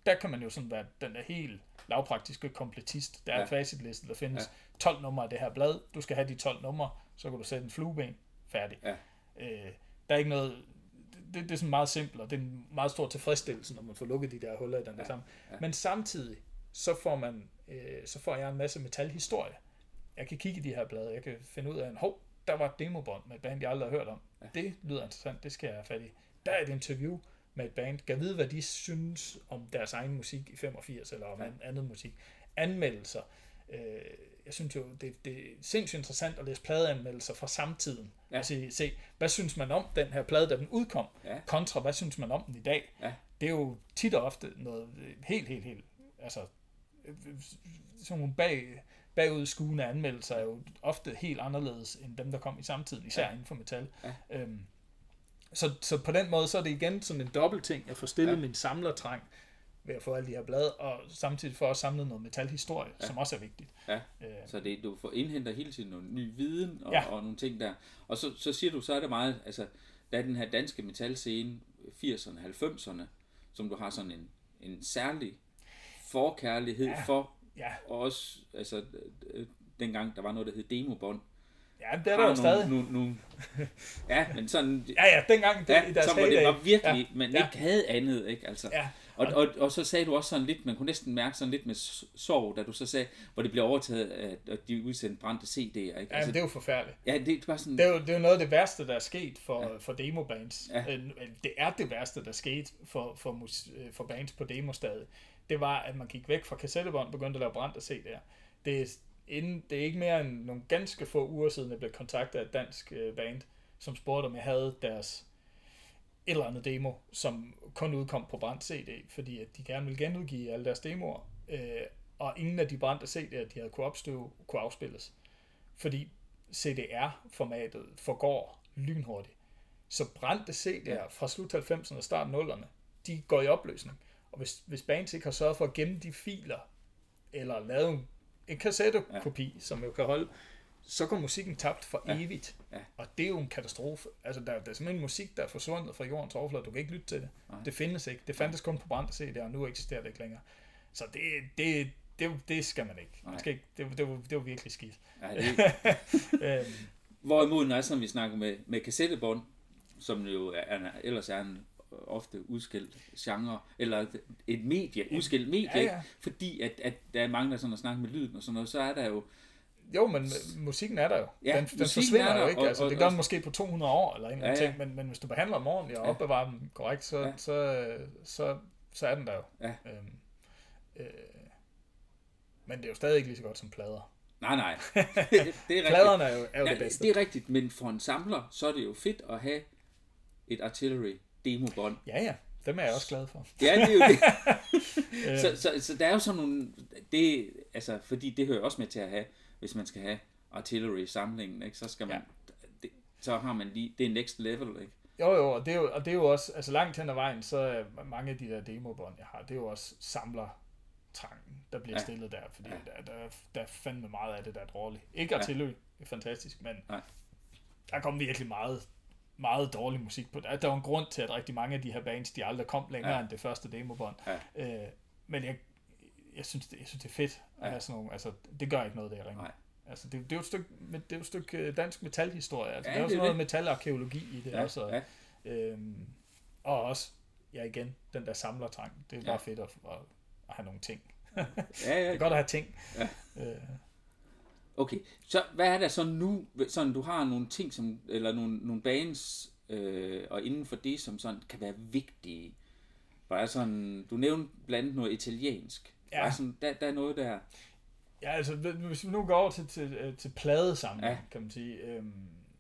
der kan man jo sådan være den der helt lavpraktiske kompletist. Der er ja. en facitliste, der findes ja. tolv numre af det her blad. Du skal have de tolv numre, så kan du sætte en flueben. Færdig. Ja. Øh, der er ikke noget... Det, det er sådan meget simpelt, og det er en meget stor tilfredsstillelse, når man får lukket de der huller i den der ja. sammen. Ja. Men samtidig, så får man... Øh, så får jeg en masse metalhistorie. Jeg kan kigge i de her blade, jeg kan finde ud af en... Hov, der var et demobånd med et band, jeg aldrig har hørt om. Ja. Det lyder interessant, det skal jeg have fat i. Der er et interview med et band. Kan vide, hvad de synes om deres egen musik i femogfirs, eller om ja. andet musik. Anmeldelser. Øh, jeg synes jo, det, det er sindssygt interessant at læse pladeanmeldelser fra samtiden. Ja. Altså se, hvad synes man om den her plade, da den udkom, ja. kontra hvad synes man om den i dag. Ja. Det er jo tit og ofte noget helt, helt, helt, altså sådan nogle bag, bagudskuende anmeldelser er jo ofte helt anderledes end dem, der kom i samtiden, især ja. inden for metal. Ja. Øhm, så, så på den måde, så er det igen sådan en dobbelt ting, at få stillet ja. min samlertrang ved at få alle de her blade, og samtidig for at samle noget metalhistorie, ja. som også er vigtigt. Ja. Øh, så det, du får indhenter hele tiden noget ny viden, og, ja. og nogle ting der. Og så, så siger du, så er det meget, altså, der er den her danske metalscene, firserne, halvfemserne, som du har sådan en, en særlig forkærlighed ja. for, ja. og også, altså, dengang der var noget, der hed demobånd. Ja, det er der jo stadig. Nogle, nogle, ja, men sådan... ja, ja, dengang det, ja, i deres så det var virkelig, ja, man ja. ikke havde andet, ikke? Altså, ja. og, og, og så sagde du også sådan lidt, man kunne næsten mærke sådan lidt med sorg, da du så sagde, hvor det blev overtaget, at de udsendte brændte C D'er, ikke? Ja, altså, men det er jo forfærdeligt. Ja, det var sådan... Det er jo, det er jo noget af det værste, der er sket for, ja. for demobands. Ja. Det er det værste, der skete for, for, for bands på demostadiet. Det var, at man gik væk fra kassettebånd og begyndte at lave brændte C D'er. Det er Inden, det er ikke mere end nogle ganske få uger siden, jeg blev kontaktet af et dansk øh, band, som spurgte, om jeg havde deres et eller andet demo, som kun udkom på brændt C D, fordi at de gerne ville genudgive alle deres demoer, øh, og ingen af de brændte C D'er, de havde kunne opstøve, kunne afspilles. Fordi C D R-formatet forgår lynhurtigt. Så brændte C D'er fra slut halvfemserne og start nullerne, de går i opløsning. Og hvis, hvis bands ikke har sørget for at gemme de filer, eller lave en kassettekopi, ja. som jo kan holde, så går musikken tabt for ja. evigt. Ja. Og det er jo en katastrofe. Altså, der, der er simpelthen musik, der er forsvundet fra jordens overflade. Du kan ikke lytte til det. Nej. Det findes ikke. Det fandtes kun på brændte C D'er, og nu eksisterer det ikke længere. Så det, det, det, det skal man ikke. Man skal ikke det, det, var, det var virkelig skidt. Ja, det... øhm. Hvorimod, når som vi snakker med, med kassettebånd, som jo er, er, ellers er en ofte udskilt genre, eller et medie, udskilt medie, ja, ja. fordi at, at der er mange, der sådan at snakke med lyden og sådan noget, så er der jo... Jo, men musikken er der jo. Ja, den, den forsvinder jo ikke. Og, altså, det gør den måske på to hundrede år, eller en eller anden ja, ja. ting, men, men hvis du behandler dem ordentligt og ja. opbevarer dem korrekt, så, ja. så, så, så er den der jo. Ja. Øhm, øh, men det er jo stadig ikke lige så godt som plader. Nej, nej. det, det er rigtigt. Pladerne er jo, er jo ja, det bedste. Det er rigtigt, men for en samler, så er det jo fedt at have et artillery demobånd. Ja, ja. Dem er jeg også glad for. Ja, det er jo det. så, så, så der er jo sådan nogle... Det, altså, fordi det hører også med til at have, hvis man skal have artillery-samlingen, ikke? Så skal man... Ja. Det, så har man lige... Det er next level, ikke? Jo, jo, og det er jo, og det er jo også... Altså, langt hen ad vejen, så er mange af de der demobånd, jeg har, det er jo også samlertrangen, der bliver ja. stillet der, fordi ja. der, der, der er fandme meget af det, der er dårligt. Ikke artillery, ja. det er fantastisk, men Nej. der kommer virkelig meget... meget dårlig musik på det. Der var en grund til, at rigtig mange af de her bands, de aldrig kom længere ja. end det første demobånd. Ja. Øh, men jeg, jeg, synes, det, jeg synes, det er fedt at ja. have sådan nogle, altså, det gør ikke noget, det er ringe. Altså, det, det, er jo et stykke, det er jo et stykke dansk metalhistorie. Altså, ja, der er jo sådan noget metalarkeologi i det ja. også. Ja. Øhm, og også, ja igen, den der samlertrang. Det er bare ja. fedt at, at, at have nogle ting. ja, ja. Det er godt at have ting. Ja. Øh. Okay, så hvad er der så nu, sådan du har nogle ting, som, eller nogle, nogle bands, øh, og inden for det, som sådan kan være vigtige? Bare sådan, du nævnte blandt andet noget italiensk. Ja. Sådan, der, der er noget der... Ja, altså, hvis vi nu går over til, til, til pladesamling, ja. kan man sige, øhm,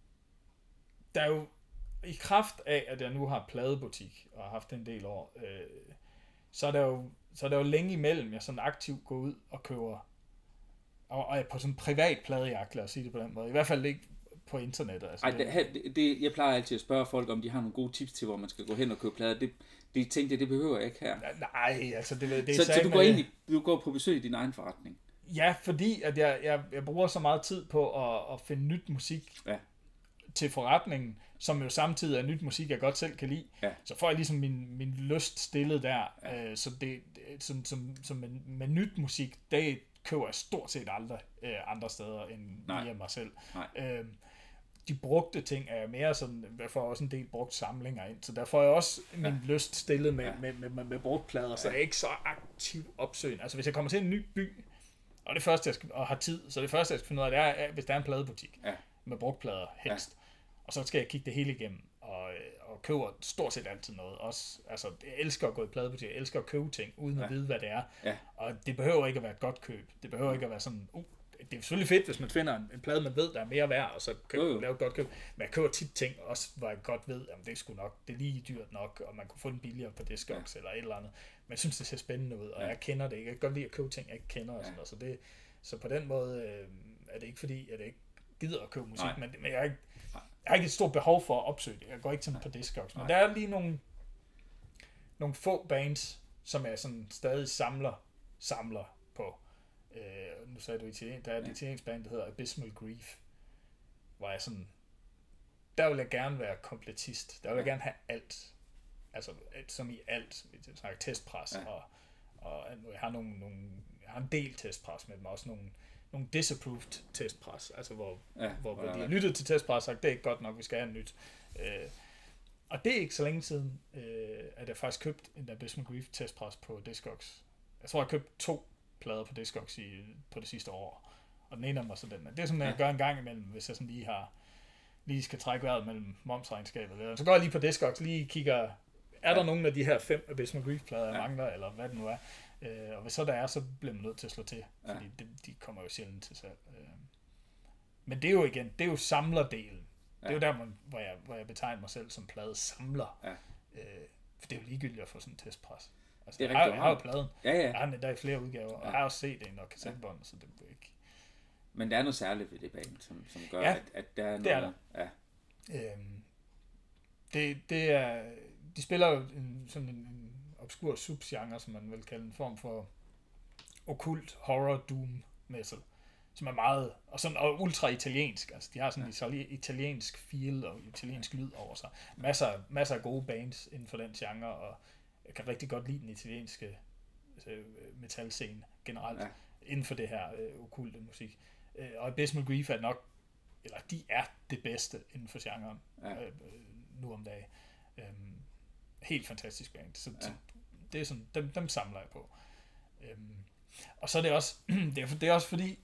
der er jo, i kraft af, at jeg nu har pladebutik, og har haft en del år, øh, så, er der jo, så er der jo længe imellem, jeg sådan aktivt går ud og køber, og, og på sådan en privat pladejagt, lad os sige det på den måde, i hvert fald ikke på internettet. Altså, Ej, det, det, jeg plejer altid at spørge folk, om de har nogle gode tips til, hvor man skal gå hen og købe plader. Det, det tænkte jeg, det behøver jeg ikke her. Nej, altså det, det er så, så du går ind i, du går på besøg i din egen forretning? Ja, fordi at jeg, jeg, jeg bruger så meget tid på at, at finde nyt musik ja. til forretningen, som jo samtidig er nyt musik, jeg godt selv kan lide, ja. så får jeg ligesom min, min lyst stillet der. Ja. Øh, så det, som, som, som med, med nyt musik, det køber jeg stort set aldrig øh, andre steder end Nej. via mig selv. Øh, de brugte ting er mere sådan, jeg får også en del brugt samlinger ind, så der får jeg også min ja. lyst stillet med, ja. med, med, med, med brugtplader, ja. så jeg er ikke så aktiv opsøgende. Altså hvis jeg kommer til en ny by, og det første jeg skal, og har tid, så det første jeg skal finde ud af, det er, hvis der er en pladebutik ja. med brugtplader helst, ja. og så skal jeg kigge det hele igennem, og, og køber stort set altid noget. Også, altså, jeg elsker at gå i pladebutik, jeg elsker at købe ting, uden ja. at vide, hvad det er. Ja. Og det behøver ikke at være et godt køb. Det behøver ikke at være sådan, uh, det er selvfølgelig fedt, hvis man finder en, en plade, man ved, der er mere værd, og så kan man lave et godt køb. Men jeg køber tit ting, også hvor jeg godt ved, at det er sgu nok, det er lige dyrt nok, og man kunne få den billigere på Discogs ja. eller et eller andet. Men jeg synes, det ser spændende ud, og ja. jeg kender det ikke. Jeg kan godt lide at købe ting, jeg ikke kender. Og sådan ja. noget. Så, det, så på den måde øh, er det ikke fordi, at jeg ikke gider at købe musik, Nej. men, men jeg, har ikke, jeg har ikke et stort behov for at opsøge det. Jeg går ikke sådan på Discogs. Men Nej. der er lige nogle, nogle få bands, som jeg sådan stadig samler, samler på. Uh, nu sagde du italien, der er et ja. italiensk band, der hedder Abysmal Grief, hvor jeg sådan, der vil jeg gerne være kompletist, der vil jeg gerne have alt, altså som i alt, jeg snakker testpres, ja. og, og jeg har nogle, nogle, jeg har en del testpres med dem, også nogle, nogle disapproved testpres, altså hvor, ja, hvor, hvor de har lyttet til testpres og sagt, det er ikke godt nok, vi skal have en nyt. Uh, og det er ikke så længe siden, uh, at jeg faktisk købte en Abysmal Grief testpres på Discogs. Jeg tror, jeg købte to plader på Discogs i, på det sidste år. Og den ene af mig så den. Det er sådan, at jeg gør en gang imellem, hvis jeg sådan lige har lige skal trække vejret mellem momsregnskabet. Så går jeg lige på Discogs, lige kigger, er der ja. nogen af de her fem Abysmal Grief plader, jeg ja. mangler, eller hvad det nu er. Øh, og hvis så der er, så bliver man nødt til at slå til, ja. fordi de, de kommer jo sjældent til salg. Øh. Men det er jo igen, det er jo samlerdelen. Ja. Det er jo der, man, hvor, jeg, hvor jeg betegner mig selv som pladesamler. Ja. Øh, for det er jo ligegyldigt at få sådan en testpres. Altså, det er jeg, har, jeg har jo pladen. Ja, ja. Jeg har den der i flere udgaver, ja. og jeg har også C D'en og kassettebånd, ja. så det er ikke... Men der er noget særligt ved det band, som, som gør, ja, at, at der er noget... det er der. Ja. Øhm, det, det er... De spiller jo en, sådan en, en obskur subgenre, som man vil kalde en form for okkult horror doom metal, som er meget... Og sådan og ultra italiensk. Altså, de har sådan ja. en italiensk feel og italiensk lyd over sig. Masser, masser af gode bands inden for den genre, og jeg kan rigtig godt lide den italienske øh, metalscene generelt, ja. inden for det her øh, okkulte musik. Øh, og Abysmal Grief er nok, eller de er det bedste inden for genren ja. øh, nu om dagen. Øh, helt fantastisk band. Så, ja. så det er sådan, dem, dem samler jeg på. Øh, og så er det også, det er, det er også fordi,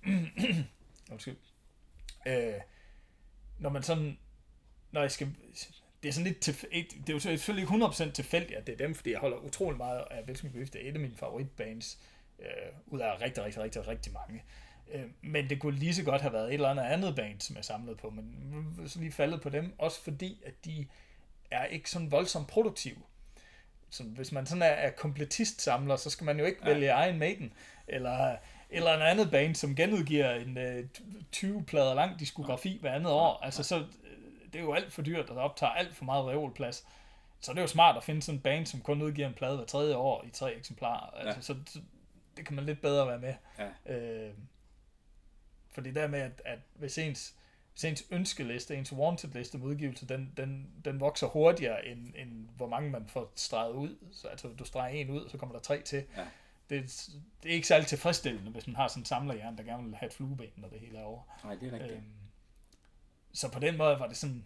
øh, når man sådan, når jeg skal... Det er sådan lidt tilf- det er jo selvfølgelig ikke hundrede procent tilfældigt, at det er dem, fordi jeg holder utrolig meget af Abysmal Grief. Det er et af mine favoritbands, øh, ud af rigtig, rigtig, rigtig, rigtig mange. Øh, men det kunne lige så godt have været et eller andet andet band, som jeg samlede på, men så lige faldet på dem, også fordi, at de er ikke sådan voldsomt produktive. Så hvis man sådan er, er kompletist-samler, så skal man jo ikke ja. vælge Iron Maiden, eller eller en andet band, som genudgiver en øh, tyve plader lang diskografi ja. hver andet år. Altså så... Det er jo alt for dyrt, og der optager alt for meget reolplads. Så det er jo smart at finde sådan en band, som kun udgiver en plade hver tredje år i tre eksemplarer. Ja. Altså, så, så det kan man lidt bedre være med. Ja. Øh, for det der med, at, at hvis, ens, hvis ens ønskeliste, ens wanted-liste med udgivelse, den, den, den vokser hurtigere, end, end hvor mange man får streget ud. Så altså, du streger en ud, og så kommer der tre til. Ja. Det, det er ikke særlig tilfredsstillende, hvis man har sådan en samlerhjerne, der gerne vil have et flueben, når det hele er over. Nej, det er rigtigt. Øh, Så på den måde var det sådan,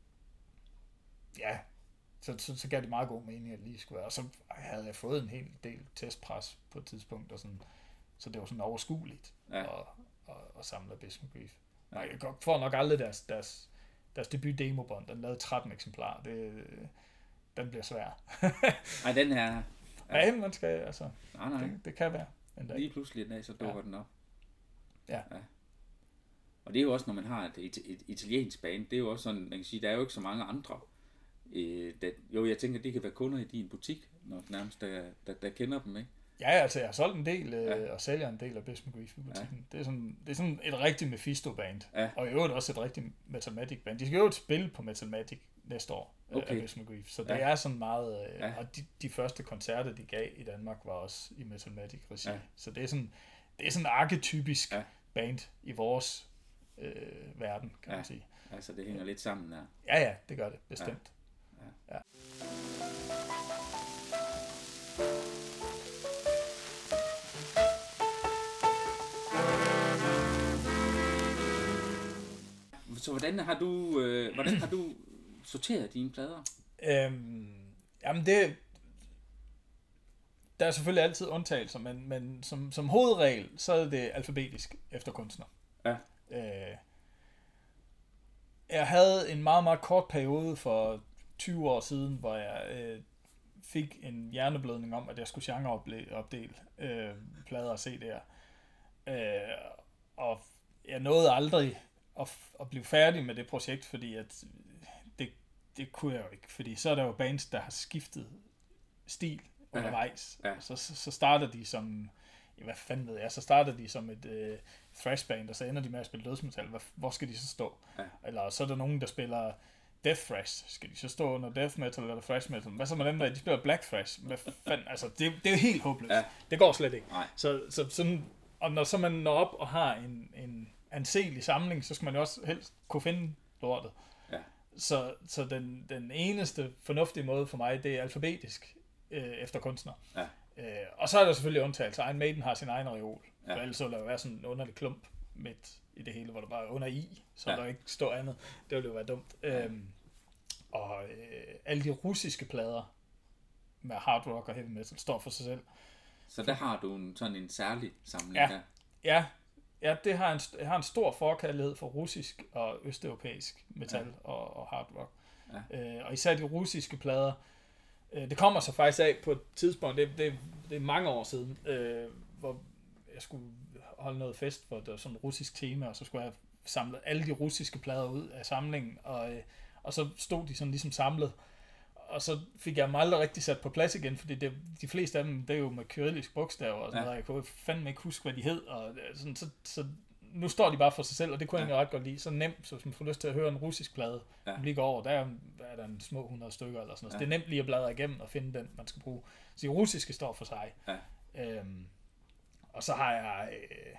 ja, så, så, så gav det meget god mening, at det lige skulle være. Og så havde jeg fået en hel del testpres på et tidspunkt, og sådan, så det var sådan overskueligt ja. at, at, at samle Abysmal Grief. Ja. Jeg får nok aldrig deres, deres, deres debut demobånd, den lavede tretten eksemplarer, det, den bliver svær. Nej, den her... Ja, ja man skal, altså, nej, nej. Det, det kan være en dag. Lige pludselig en dag, så dukker ja. den op. Ja. ja. Og det er jo også, når man har et, et, et italiensk band, det er jo også sådan, man kan sige, der er jo ikke så mange andre. Øh, der, jo, jeg tænker, det kan være kunder i din butik, når nærmest der, der, der kender dem, ikke? Ja, altså jeg har solgt en del, øh, ja. og sælger en del af Abysmal Grief i butikken. Ja. Det, er sådan, det er sådan et rigtigt Mephisto-band, ja. og i øvrigt også et rigtigt Metalmatic-band. De skal jo et spille på Metalmatic næste år, okay. Abysmal Grief, så det ja. er sådan meget, øh, ja. og de, de første koncerter, de gav i Danmark, var også i Metalmatic-regi. Ja. Så det er sådan, det er sådan arketypisk ja. band i vores øh, verden, kan ja. man sige. Altså, det hænger lidt sammen der. Ja, ja, det gør det, bestemt. Ja. Ja. Ja. Så hvordan har du, øh, hvordan har du sorteret dine plader? Øhm, jamen det... Der er selvfølgelig altid undtagelser, men, men som, som hovedregel, så er det alfabetisk efter kunstner. Ja. Øh, jeg havde en meget, meget kort periode for tyve år siden, hvor jeg øh, fik en hjerneblødning om, at jeg skulle genreopdele øh, plader og C D'er. Øh, og jeg nåede aldrig at, at blive færdig med det projekt, fordi at det, det kunne jeg jo ikke. Fordi så er der jo bands, der har skiftet stil undervejs. Ja. Ja. Så, så starter de som, ja, hvad fanden ved jeg, så starter de som et øh, thrash band, og så ender de med at spille dødsmetal. Hvor skal de så stå? Ja. Eller så er der nogen, der spiller death thrash. Skal de så stå under death metal eller thrash metal? Hvad så med dem der, de spiller black thrash? Hvad fanden? Altså, det, det er jo helt håbløst. Ja. Det går slet ikke. Så, så sådan, og når så man når op og har en, en anselig samling, så skal man jo også helst kunne finde lortet. Ja. Så, så den, den eneste fornuftige måde for mig, det er alfabetisk øh, efter kunstner. Ja. Øh, og så er der selvfølgelig undtagelser. Iron Maiden har sin egen reol. Ja. For ellers så vil der jo være sådan en underlig klump midt i det hele, hvor der bare er under i, så ja. Der ikke står andet. Det ville jo være dumt. Ja. Øhm, og øh, alle de russiske plader med hard rock og heavy metal står for sig selv. Så der har du en, sådan en særlig samling ja. der? Ja, ja det har en, jeg har en stor forkærlighed for russisk og østeuropæisk metal ja. og, og hard rock. Ja. Øh, og især de russiske plader, øh, det kommer så faktisk af på et tidspunkt, det, det, det er mange år siden, øh, hvor jeg skulle holde noget fest, hvor der var sådan et russisk tema, og så skulle jeg samle alle de russiske plader ud af samlingen, og, øh, og så stod de sådan ligesom samlet. Og så fik jeg dem aldrig rigtig sat på plads igen, fordi det, de fleste af dem, det er jo med kyrillisk bogstaver og sådan ja. noget. Jeg kunne fandme ikke huske, hvad de hed. Og sådan, så, så nu står de bare for sig selv, og det kunne jeg ja. egentlig ret godt lide. Så nemt, så hvis man får lyst til at høre en russisk plade, ja. man lige går over, der er, er der en små hundrede stykker eller sådan noget. Ja. Så det er nemt lige at bladre igennem og finde den, man skal bruge. Så de russiske står for sig. Ja. Øhm, og så har jeg... Øh,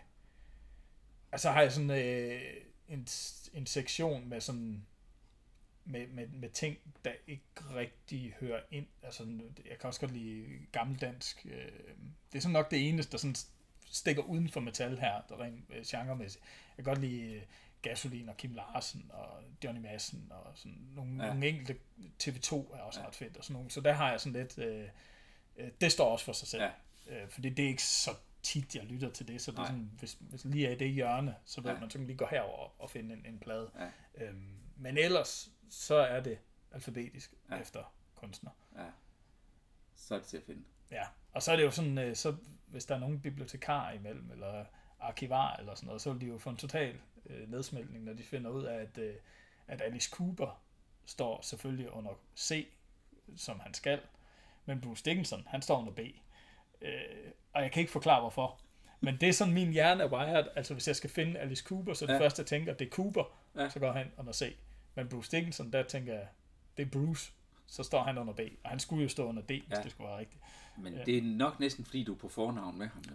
altså har jeg sådan øh, en, en sektion med sådan... Med, med, med ting, der ikke rigtig hører ind. Altså, jeg kan også godt lide gammeldansk. Øh, det er sådan nok det eneste, der sådan stikker uden for metal her, der er rent øh, genremæssigt. Jeg kan godt lide øh, Gasolin og Kim Larsen og Johnny Madsen og sådan nogle, ja. nogle enkelte. T V to er også ja. ret fedt og sådan nogle. Så der har jeg sådan lidt, øh, øh, det står også for sig selv. Ja. Øh, fordi det er ikke så tit, jeg lytter til det, så det er sådan, hvis, hvis lige er i det hjørne, så ved ja. man, så kan lige gå herover og finde en, en plade. Ja. Øhm, men ellers, så er det alfabetisk ja. efter kunstner. Ja. Så er det til at finde. Ja, og så er det jo sådan, så hvis der er nogen bibliotekarer imellem, eller arkivar eller sådan noget, så vil de jo få en total øh, nedsmeltning, når de finder ud af, at, øh, at Alice Cooper står selvfølgelig under C, som han skal, men Bruce Dickinson, han står under B. Øh, og jeg kan ikke forklare, hvorfor. Men det er sådan, min hjerne er wired. Altså, hvis jeg skal finde Alice Cooper, så er det ja. første, jeg tænker, det er Cooper. Ja. Så går han under C. Men Bruce Dickinson, der tænker jeg, det er Bruce. Så står han under B. Og han skulle jo stå under D, hvis ja. det skulle være rigtigt. Men det er nok næsten, fordi du er på fornavn med ham, jo.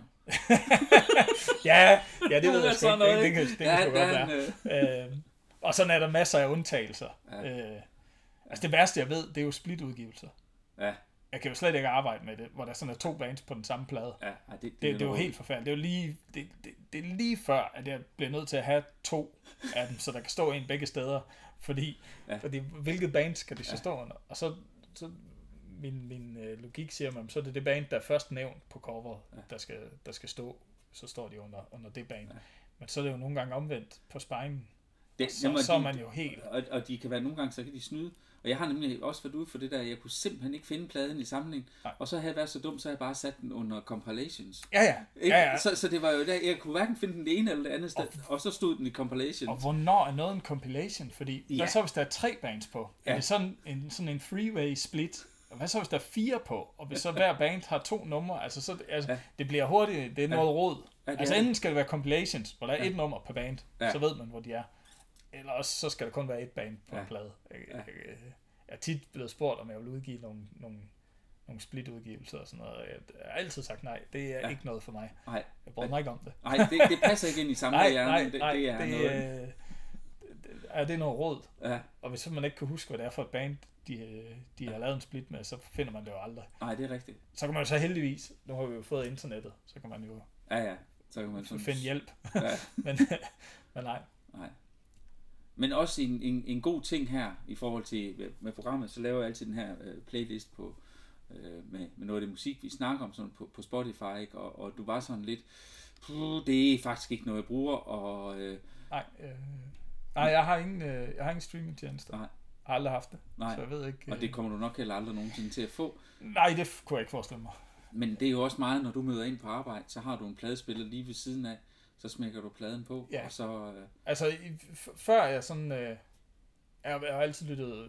ja, ja, det ved jeg sgu ikke. Det, det kan, det kan ja, sgu godt være. Øh, og sådan er der masser af undtagelser. Ja. Øh, altså, det værste, jeg ved, det er jo splitudgivelser. Ja. Jeg kan jo slet ikke arbejde med det, hvor der sådan er to bands på den samme plade. Ja, det, det, det, det, det er jo helt forfærdeligt. Det er jo lige, det, det, det er lige før, at jeg bliver nødt til at have to af dem, så der kan stå en begge steder. Fordi, ja. fordi hvilket band skal de så ja. stå under? Og så, så min, min øh, logik siger mig, så er det det band, der er først nævnt på coveret, ja. der, skal, der skal stå. Så står de under, under det band. Ja. Men så er det jo nogle gange omvendt på spinen. Det, så, jamen, så er man jo helt... Og, og de kan være nogle gange, så kan de snyde. Og jeg har nemlig også været ude for det der, jeg kunne simpelthen ikke finde pladen i samlingen. Nej. Og så havde jeg været så dum, så havde jeg bare sat den under compilations. Ja, ja. ja, ja. Så, så det var jo der, jeg kunne hverken finde den ene eller det andet sted, og, og så stod den i compilations. Og hvornår er noget en compilation? Fordi, ja. hvad så hvis der er tre bands på? Ja. Er det sådan en, sådan en freeway split? Og hvad så hvis der er fire på? Og hvis så hver band har to numre? Altså, så, altså ja. det bliver hurtigt, det er noget ja. råd. Ja, altså enten skal det være compilations, hvor der er ja. et nummer per band, ja. så ved man, hvor de er. Eller også så skal der kun være et band på ja. en plade. Jeg, ja. jeg, jeg, jeg er tit blevet spurgt, om jeg vil udgive nogle, nogle, nogle split-udgivelser og sådan noget. Jeg har altid sagt nej. Det er ja. ikke noget for mig. Nej. Jeg bryder mig ikke om det. Nej, det, det passer ikke ind i samme hjerne. Nej, det, nej, det er det, noget. Øh, er det noget råd. Ja. Og hvis man ikke kan huske, hvad det er for et band, de, de har lavet en split med, så finder man det jo aldrig. Nej, det er rigtigt. Så kan man jo så heldigvis, nu har vi jo fået internettet, så kan man jo ja, ja. Så kan man sådan... finde hjælp. Ja. men, men nej. Nej. Men også en, en, en god ting her i forhold til med programmet, så laver jeg altid den her øh, playlist på øh, med, med noget af det musik, vi snakker om sådan på, på Spotify, ikke? Og, og du var sådan lidt, det er faktisk ikke noget, jeg bruger, og... Øh, nej, øh, nej, jeg har ingen, øh, jeg har ingen streamingtjenester. Nej. Jeg har aldrig haft det, nej. Så jeg ved ikke... Og det kommer du nok heller aldrig nogensinde til at få. Nej, det kunne jeg ikke forestille mig. Men det er jo også meget, når du møder ind på arbejde, så har du en pladespiller lige ved siden af, så smækker du pladen på, ja. Og så... Øh... Altså, i, f- før jeg sådan... Øh, jeg, jeg har altid lyttet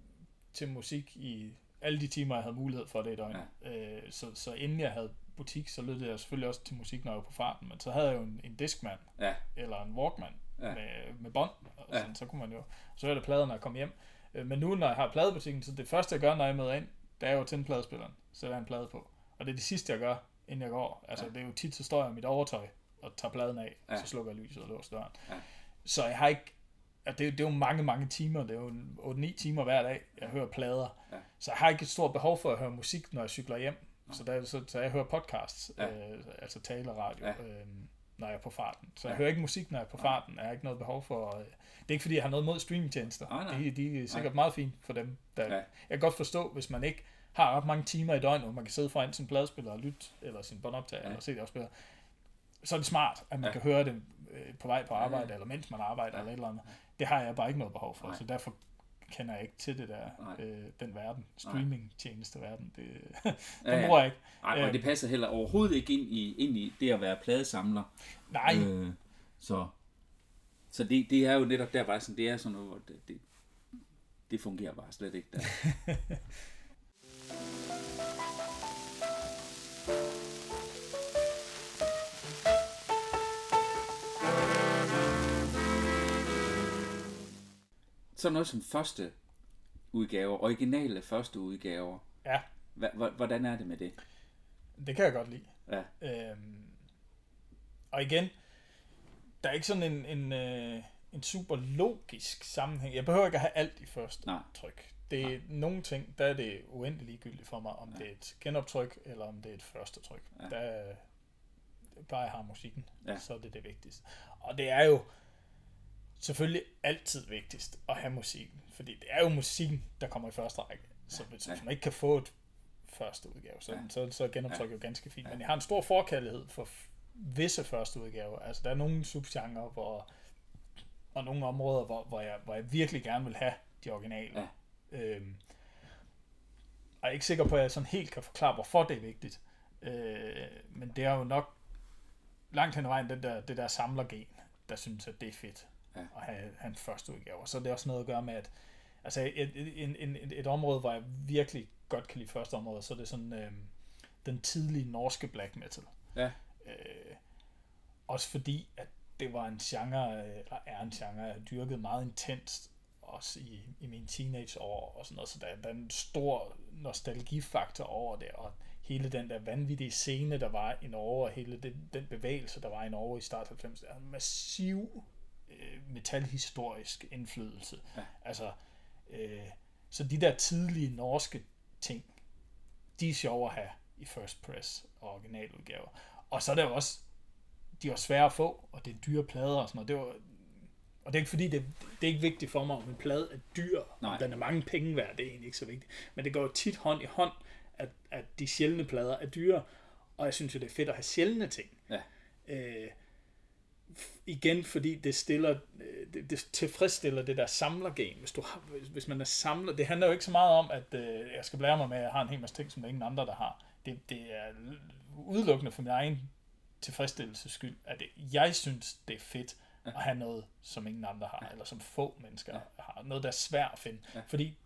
til musik i alle de timer, jeg havde mulighed for det i døgnet. Ja. Øh, så, så inden jeg havde butik, så lyttede jeg selvfølgelig også til musik, når jeg var på farten, men så havde jeg jo en, en Discman, ja. eller en Walkman, ja. med, med bånd, og sådan, ja. Så kunne man jo... Så hørte jeg plader, når jeg kom hjem. Øh, men nu, når jeg har pladebutikken, så det første, jeg gør, når jeg møder ind, det er jo at tænde pladespilleren, så der er en plade på. Og det er det sidste, jeg gør, inden jeg går. Altså, ja. Det er jo tit, så står jeg i mit overtøj, og tager pladen af, ja. Så slukker jeg lyset og låser døren. Ja. Så jeg har ikke... Det er, det er jo mange, mange timer. Det er jo otte ni timer hver dag, jeg hører plader. Ja. Så jeg har ikke et stort behov for at høre musik, når jeg cykler hjem. Ja. Så, der, så, så jeg hører podcasts, ja. øh, altså taleradio, ja. øh, når jeg er på farten. Så jeg ja. hører ikke musik, når jeg er på farten. Jeg har ikke noget behov for... Øh, det er ikke, fordi jeg har noget mod streamingtjenester. Ah, de, de er sikkert nej. meget fine for dem. Der, ja. Jeg kan godt forstå, hvis man ikke har ret mange timer i døgnet, hvor man kan sidde foran sin pladespiller og lytte, eller sin båndoptager, ja. eller C D-afspiller, så er det smart, at man ja. kan høre det øh, på vej på arbejde, ja, ja. eller mens man arbejder, ja. eller et eller andet. Det har jeg bare ikke noget behov for, nej. Så derfor kender jeg ikke til det der, øh, den verden, streaming-tjeneste-verden. Det, den ja, ja. bruger jeg ikke. Nej, og det passer heller overhovedet ikke ind i, ind i det at være pladesamler. Nej. Øh, så så det, det er jo netop der bare sådan, det er sådan noget, hvor det, det, det fungerer bare slet ikke der. Så noget som første udgaver, originale første udgaver. Ja. Hvordan er det med det? Det kan jeg godt lide. Ja. Øhm, og igen, der er ikke sådan en, en, øh, en super logisk sammenhæng. Jeg behøver ikke at have alt i første Nej. tryk. Det er Nej. nogle ting, der er det uendeligt ligegyldigt for mig, om ja. det er et genoptryk, eller om det er et første tryk. Ja. Der er, bare jeg har musikken, ja. så er det det vigtigste. Og det er jo selvfølgelig altid vigtigst at have musikken, fordi det er jo musikken, der kommer i første række. Så hvis ja. man ikke kan få et første udgave, så, ja. så, så er genoptryk ja. jo ganske fint. Ja. Men jeg har en stor forkærlighed for visse første udgaver. Altså der er nogle subgenrer, hvor, og nogle områder, hvor, hvor, jeg, hvor jeg virkelig gerne vil have de originale. Ja. Øhm, og jeg er ikke sikker på, at jeg sådan helt kan forklare, hvorfor det er vigtigt. Øh, men det er jo nok langt hen ad vejen den der, det der samlergen, der synes, at det er fedt. Ja. At have, have en første udgave. Og så er det også noget at gøre med, at altså et, et, et, et område, hvor jeg virkelig godt kan lide første område, så er det sådan øh, den tidlige norske black metal. Ja. Øh, også fordi, at det var en genre, eller er en genre, jeg dyrkede meget intenst, også i, i mine teenageår og sådan noget, så der, der er en stor nostalgifaktor over det, og hele den der vanvittige scene, der var i Norge, og hele den, den bevægelse, der var i Norge i start halvfems, er en massiv metalhistorisk indflydelse. Ja. Altså, øh, så de der tidlige norske ting, de er sjove at have i First Press og originaludgaver. Og så er det jo også, de var svære at få, og det er dyre plader og sådan noget. Det var, og det er ikke fordi, det, det er ikke vigtigt for mig, om en plade er dyr, om den er mange penge værd, det er egentlig ikke så vigtigt. Men det går jo tit hånd i hånd, at, at de sjældne plader er dyre, og jeg synes jo, det er fedt at have sjældne ting. Ja. Øh, igen, fordi det stiller, det, det tilfredsstiller det der samlergame. Hvis, du har, hvis man er samler, det handler jo ikke så meget om, at øh, jeg skal blære mig med, at jeg har en hel masse ting, som der ingen andre, der har. Det, det er udelukkende for min egen tilfredsstillelses skyld, at det, jeg synes, det er fedt at have noget, som ingen andre har, eller som få mennesker ja. har. Noget, der er svært at finde. Ja. Fordi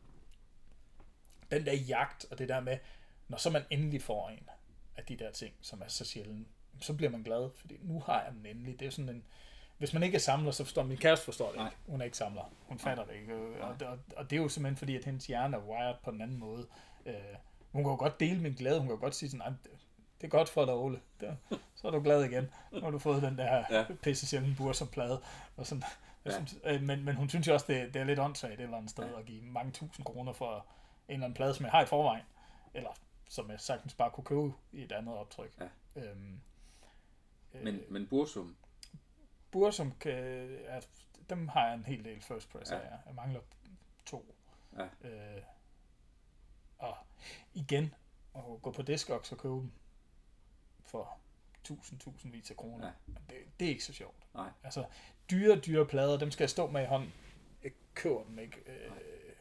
den der jagt, og det der med, når så man endelig får en af de der ting, som er så sjældent, så bliver man glad, fordi nu har jeg den endelig. Det er sådan en, hvis man ikke er samler, så forstår min kæreste forstår det Nej. ikke. Hun er ikke samler. Hun fatter det ikke. Og, og, og det er jo simpelthen fordi, at hendes hjerne er wired på en anden måde. Uh, hun kan jo godt dele min glæde. Hun kan jo godt sige sådan, det, det er godt for dig, Ole. Der, så er du glad igen. Nu har du fået den der ja. pisse sjældent bur som plade. Og sådan, Ja. Synes, øh, men, men hun synes jo også, det, det er lidt åndssvagt et eller andet sted, ja. At give mange tusind kroner for en eller anden plade, som jeg har i forvejen. Eller som jeg sagtens bare kunne købe i et andet optryk. Ja. Øhm, men, øh, men Bursum? Bursum, kan, er, dem har jeg en hel del first press af. Ja. Jeg mangler to. Ja. Øh, og igen, at gå på Discogs og købe dem for tusind, tusindvis af kroner. Ja. Det, det er ikke så sjovt. Nej. Altså, dyre, dyre plader, dem skal jeg stå med i hånden. Jeg køber dem ikke. Øh,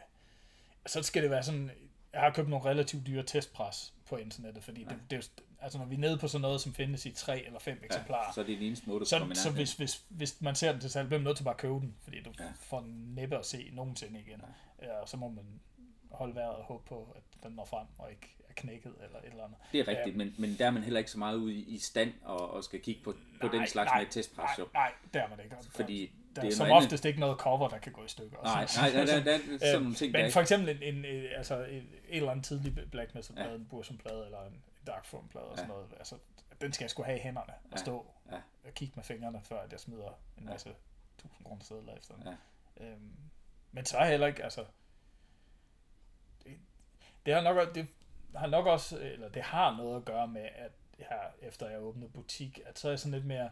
så skal det være sådan, jeg har købt nogle relativt dyre testpres på internettet, fordi ja. det, det er jo, altså når vi er nede på sådan noget, som findes i tre eller fem ja, eksemplarer, så er det den eneste måde, du så, så hvis, hvis, hvis man ser den til salg, bliver man nødt til bare at købe den, fordi du ja. får næppe at se nogensinde igen. Ja. Ja, og så må man holde vejret og håbe på, at den når frem og ikke er knækket eller et eller andet. Det er rigtigt, ja. men, men der er man heller ikke så meget ude i, i stand og, og skal kigge på, på nej, den slags nej, med et testpres. Nej, nej, der er man ikke. Fordi der er som oftest ikke noget cover, der kan gå i stykker. Nej, nej, der, der, der er sådan nogle ting, men der for eksempel en, en, altså en, en eller anden tidlig black metal-plade, ja. En Bursum-plade eller en dark foam-plade og sådan ja. Noget. Altså, den skal jeg sgu have i hænderne og ja. Stå ja. Og kigge med fingrene, før jeg smider en masse ja. tusind kroner sedler efter den. Ja. Øhm, men så er jeg heller ikke, altså det, det har nok det har nok også, eller det har noget at gøre med, at her, efter jeg åbnede butik, at så er jeg sådan lidt mere,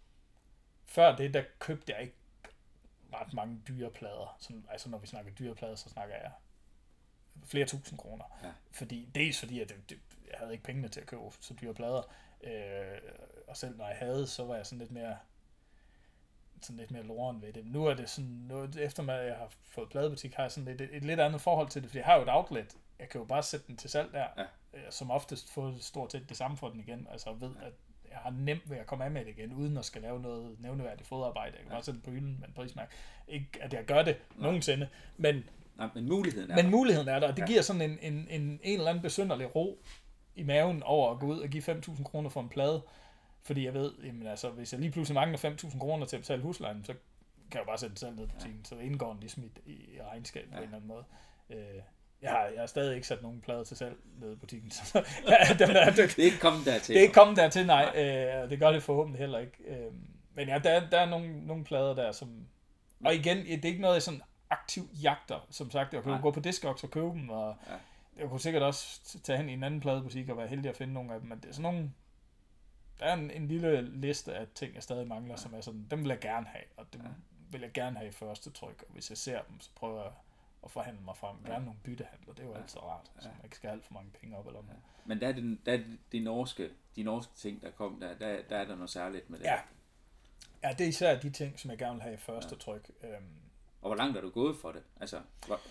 før det, der købte jeg ikke ret mange dyre plader. Sådan, altså når vi snakker dyre plader, så snakker jeg flere tusind kroner. Ja. Fordi, dels fordi, at det, det, jeg havde ikke pengene til at købe så dyre plader. Øh, og selv når jeg havde, så var jeg sådan lidt mere sådan lidt mere loren ved det. Nu er det sådan, nu, efter at jeg har fået pladebutik, har jeg sådan lidt, et, et lidt andet forhold til det, fordi jeg har jo et outlet. Jeg kan jo bare sætte den til salg der, ja. øh, som oftest få stort set det samme for den igen. Altså ved, at jeg har nemt ved at komme af med det igen, uden at skal lave noget nævneværdigt fodarbejde. Jeg kan ja. Bare sætte den på hylden med en prismærke. Ikke at jeg gør det ja. Nogensinde, men, Nej, men muligheden er men der. muligheden er der, og det ja. Giver sådan en, en, en, en eller anden besynderlig ro i maven over at gå ud og give fem tusind kroner for en plade. Fordi jeg ved, jamen altså, hvis jeg lige pludselig mangler fem tusind kroner til at betale huslejen, så kan jeg jo bare sætte den selv ned på butikken, ja. Så indgår den ligesom i, i regnskab ja. På en eller anden måde. Øh, jeg, har, jeg har stadig ikke sat nogen plader til salg nede i butikken. Så, ja, den er, det, det er ikke kommet dertil. Det er ikke kommet dertil, nej. nej. Øh, det gør det forhåbentlig heller ikke. Øh, men ja, der, der er nogle, nogle plader der, som... Og igen, det er ikke noget, jeg sådan aktivt jagter. Som sagt, jeg kunne nej. Gå på Discogs og købe dem, og ja. Jeg kunne sikkert også tage hen i en anden pladebutik og være heldig at finde nogle af dem. Men det er sådan nogle... Der er en, en lille liste af ting, jeg stadig mangler, ja. Som er sådan, dem vil jeg gerne have, og dem ja. Vil jeg gerne have i første tryk, og hvis jeg ser dem, så prøver jeg at forhandle mig frem. Gerne ja. Nogle byttehandler, det er jo ja. Altid rart, så man ikke skal have alt for mange penge op eller noget. Ja. Men der er, den, der er de, norske, de norske ting, der kom, der, der, der er der noget særligt med det. Ja. Ja, det er især de ting, som jeg gerne vil have i første ja. Tryk. Øhm, og hvor langt er du gået for det? Altså, hvor...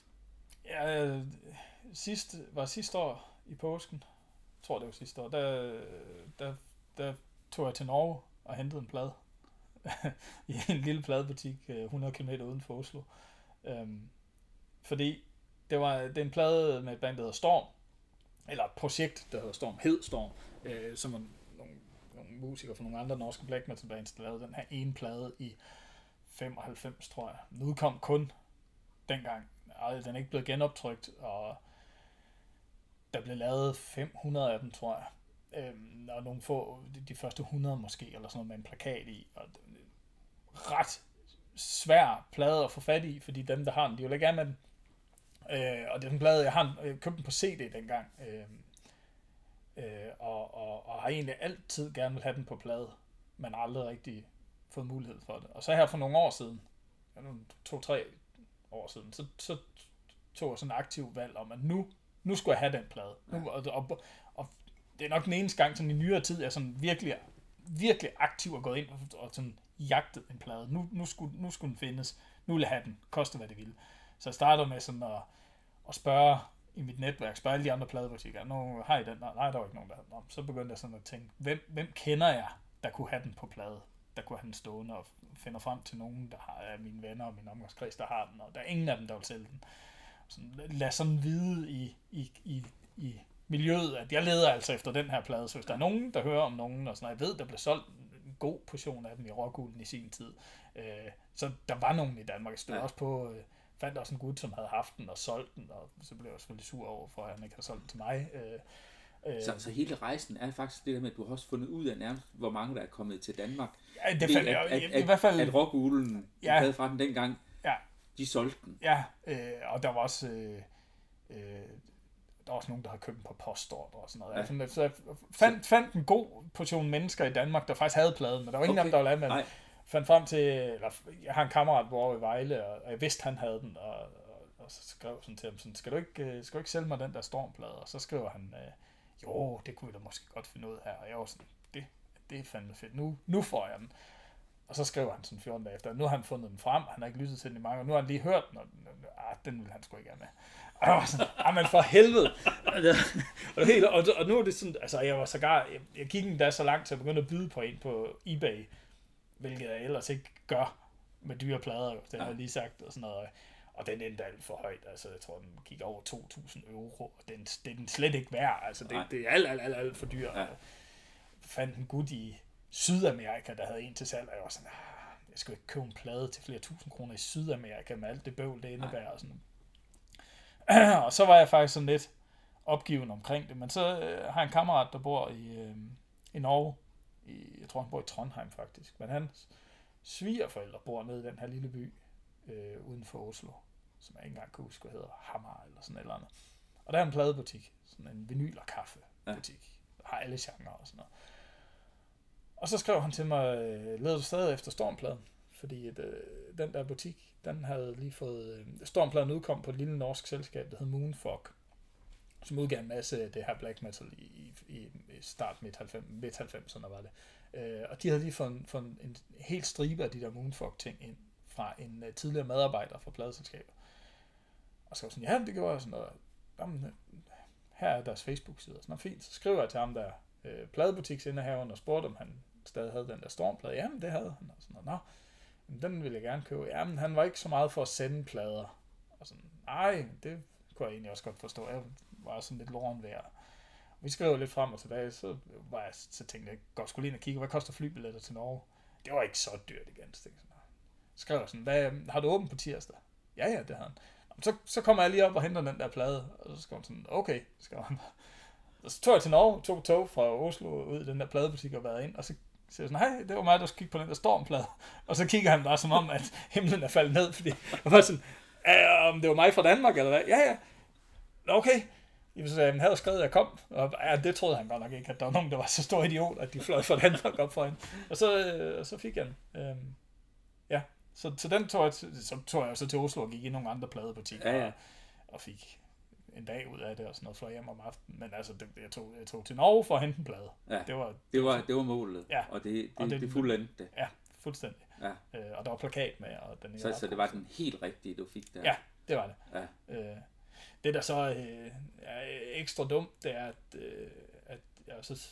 Ja, sidst, var sidste år i påsken, jeg tror det var sidste år, der, der, der tog jeg til Norge og hentede en plade i en lille pladebutik hundrede kilometer uden for Oslo. Øhm, fordi det var det er en plade med et band, der hedder Storm, eller et projekt, der hedder Storm, hed Storm, øh, som var nogle, nogle musikere fra nogle andre norske black metal bands, der lavede den her ene plade i femoghalvfems, tror jeg. Den udkom kun dengang. Den er ikke blevet genoptrykt, og der blev lavet fem hundrede af dem, tror jeg. Øhm, og nogle få, de første hundrede måske, eller sådan noget med en plakat i. Og ret svær plade at få fat i, fordi dem, der har den, de vil ikke gerne med den. Øh, og det er en plade, jeg har jeg købte den på C D dengang. Øh, øh, og, og, og har egentlig altid gerne vil have den på plade, men aldrig rigtig fået mulighed for det. Og så her for nogle år siden, to-tre år siden, så, så tog jeg sådan en aktiv valg om, at nu, nu skulle jeg have den plade. Nu, og, og, og det er nok den eneste gang sådan i nyere tid, jeg sådan virkelig, virkelig aktiv og gået ind og, og sådan jagtet en plade. Nu, nu, skulle, nu skulle den findes. Nu ville jeg have den. Koste hvad det ville. Så jeg startede med sådan at, at spørge i mit netværk, spørge alle de andre pladebutikker. Nu har I den? Nej, der var ikke nogen, der havde den. Så begyndte jeg sådan at tænke, hvem, hvem kender jeg, der kunne have den på plade? Der kunne have den stående, og finder frem til nogen, der har af mine venner og min omgangskreds, der har den, og der er ingen af dem, der vil sælge den. Sådan, lad sådan vide i, i, i, i miljøet, at jeg leder altså efter den her plade, så hvis der er nogen, der hører om nogen, og sådan, jeg ved, der blev solgt en god portion af dem i Rockuglen i sin tid, øh, så der var nogen i Danmark. Jeg stod ja. Også på, øh, fandt også en gut, som havde haft den og solgt den, og så blev jeg selvfølgelig sur over, for at han ikke havde solgt den til mig, øh, Øh, så, så hele rejsen er faktisk det der med, at du har også fundet ud af nærmest, hvor mange der er kommet til Danmark. Ja, det fandt jeg, at, at, i, i hvert fald... At rockuglen, ja, havde fra den dengang, ja, de solgte den. Ja, øh, og der var også... Øh, øh, der var også nogen, der havde købt den på postordre og sådan noget. Ja. Altså, så jeg fandt, fandt en god portion mennesker i Danmark, der faktisk havde pladen, men der var ingen okay. af dem, der var lavet med. Fandt frem til... Eller, jeg har en kammerat, hvor over i Vejle, og jeg vidste, han havde den, og, og, og så skrev sådan til ham, sådan, skal du ikke, skal du ikke sælge mig den der Stormplade? Og så skriver han... Øh, jo, det kunne vi da måske godt finde ud af. Og jeg var sådan, det, det er fandme fedt. Nu, nu får jeg den. Og så skriver han sådan fjorten dage efter, nu har han fundet den frem, han har ikke lyttet til den i mange år, nu har han lige hørt den, og ah, den vil han sgu ikke have med. Og jeg var sådan, ah, men for helvede. og, helt, og, og nu er det sådan, altså jeg var sågar, jeg, jeg gik endda så langt, til at begynde at byde på en på eBay, hvilket jeg ellers ikke gør med dyre plader, det har jeg lige sagt, og sådan noget. Og den endte alt for højt, altså jeg tror, den gik over to tusind euro, og den, det er den slet ikke værd, altså det, det er alt, alt, alt, alt for dyrt. Ja. Jeg fandt en gut i Sydamerika, der havde en til salg, og jeg var sådan, ah, jeg skulle ikke købe en plade til flere tusind kroner i Sydamerika, med alt det bøvl, det indebærer. Og, sådan. Og så var jeg faktisk sådan lidt opgiven omkring det, men så øh, har jeg en kammerat, der bor i, øh, i Norge, i, jeg tror han bor i Trondheim faktisk, men hans svigerforældre bor nede i den her lille by, øh, uden for Oslo, som jeg ikke engang kan huske, hvad hedder, Hamar eller sådan et eller andet. Og der er en pladebutik, sådan en vinyl- og kaffebutik, der har alle genrer og sådan noget. Og så skrev han til mig, leder du stadig efter Stormpladen? Fordi at, øh, den der butik, den havde lige fået... Øh, Stormpladen udkom på et lille norsk selskab, der hed Moonfog, som udgav en masse af det her black metal i, i, i start midt halvfemserne var det. Øh, og de havde lige fået en, fået en helt stribe af de der Moonfog-ting ind fra en uh, tidligere medarbejder fra pladeselskabet. Og så var sådan, ja, det gjorde jeg sådan noget. Jamen, her er deres Facebook-side, og sådan noget fint. Så skriver jeg til ham der, øh, pladebutiksindehaveren, og spurgte, om han stadig havde den der Stormplade. Jamen, det havde han. Og sådan noget. Nå, den ville jeg gerne købe. Jamen, han var ikke så meget for at sende plader. Og sådan, nej, det kunne jeg egentlig også godt forstå. Jeg var sådan lidt loren værd. Vi skrev lidt frem og tilbage, så var jeg, så tænkte jeg, godt skulle lige ind og kigge, hvad koster flybilletter til Norge? Det var ikke så dyrt igen. Så skrev jeg sådan, hvad, har du åbent på tirsdag? Ja, ja, det havde han. Så, så kommer jeg lige op og henter den der plade, og så skrev han sådan, okay, skrev han. Og så tog jeg til Norge, tog tog fra Oslo ud i den der pladebutik og været ind, og så siger jeg sådan, hej, det var mig, der skulle kigge på den der Stormplade. Og så kigger han bare som om, at himlen er faldet ned, fordi jeg var sådan, om det var mig fra Danmark, eller hvad? Ja, ja. Okay. Jamen, så han havde skrevet, at jeg kom, og ja, det troede han godt nok ikke, at der var nogen, der var så stor idiot, at de fløj fra Danmark op for hende. Og så, øh, så fik jeg den. Øhm, ja, så, så den tog jeg, så tog jeg så til Oslo og gik i nogle andre pladebutikker, ja, ja. Og, og fik en dag ud af det og sådan noget, fløj hjem om aftenen. Men altså, det, jeg, tog, jeg tog til Norge for at hente en plade. Ja, det var det var, det var målet, ja, og det, det, og det, det fuldendte det. Ja, fuldstændig. Ja. Øh, og der var plakat med. Og den så, så det var den helt rigtige, du fik der? Ja, det var det. Ja. Øh, det, der så øh, er ekstra dumt, det er, at, øh, at jeg så,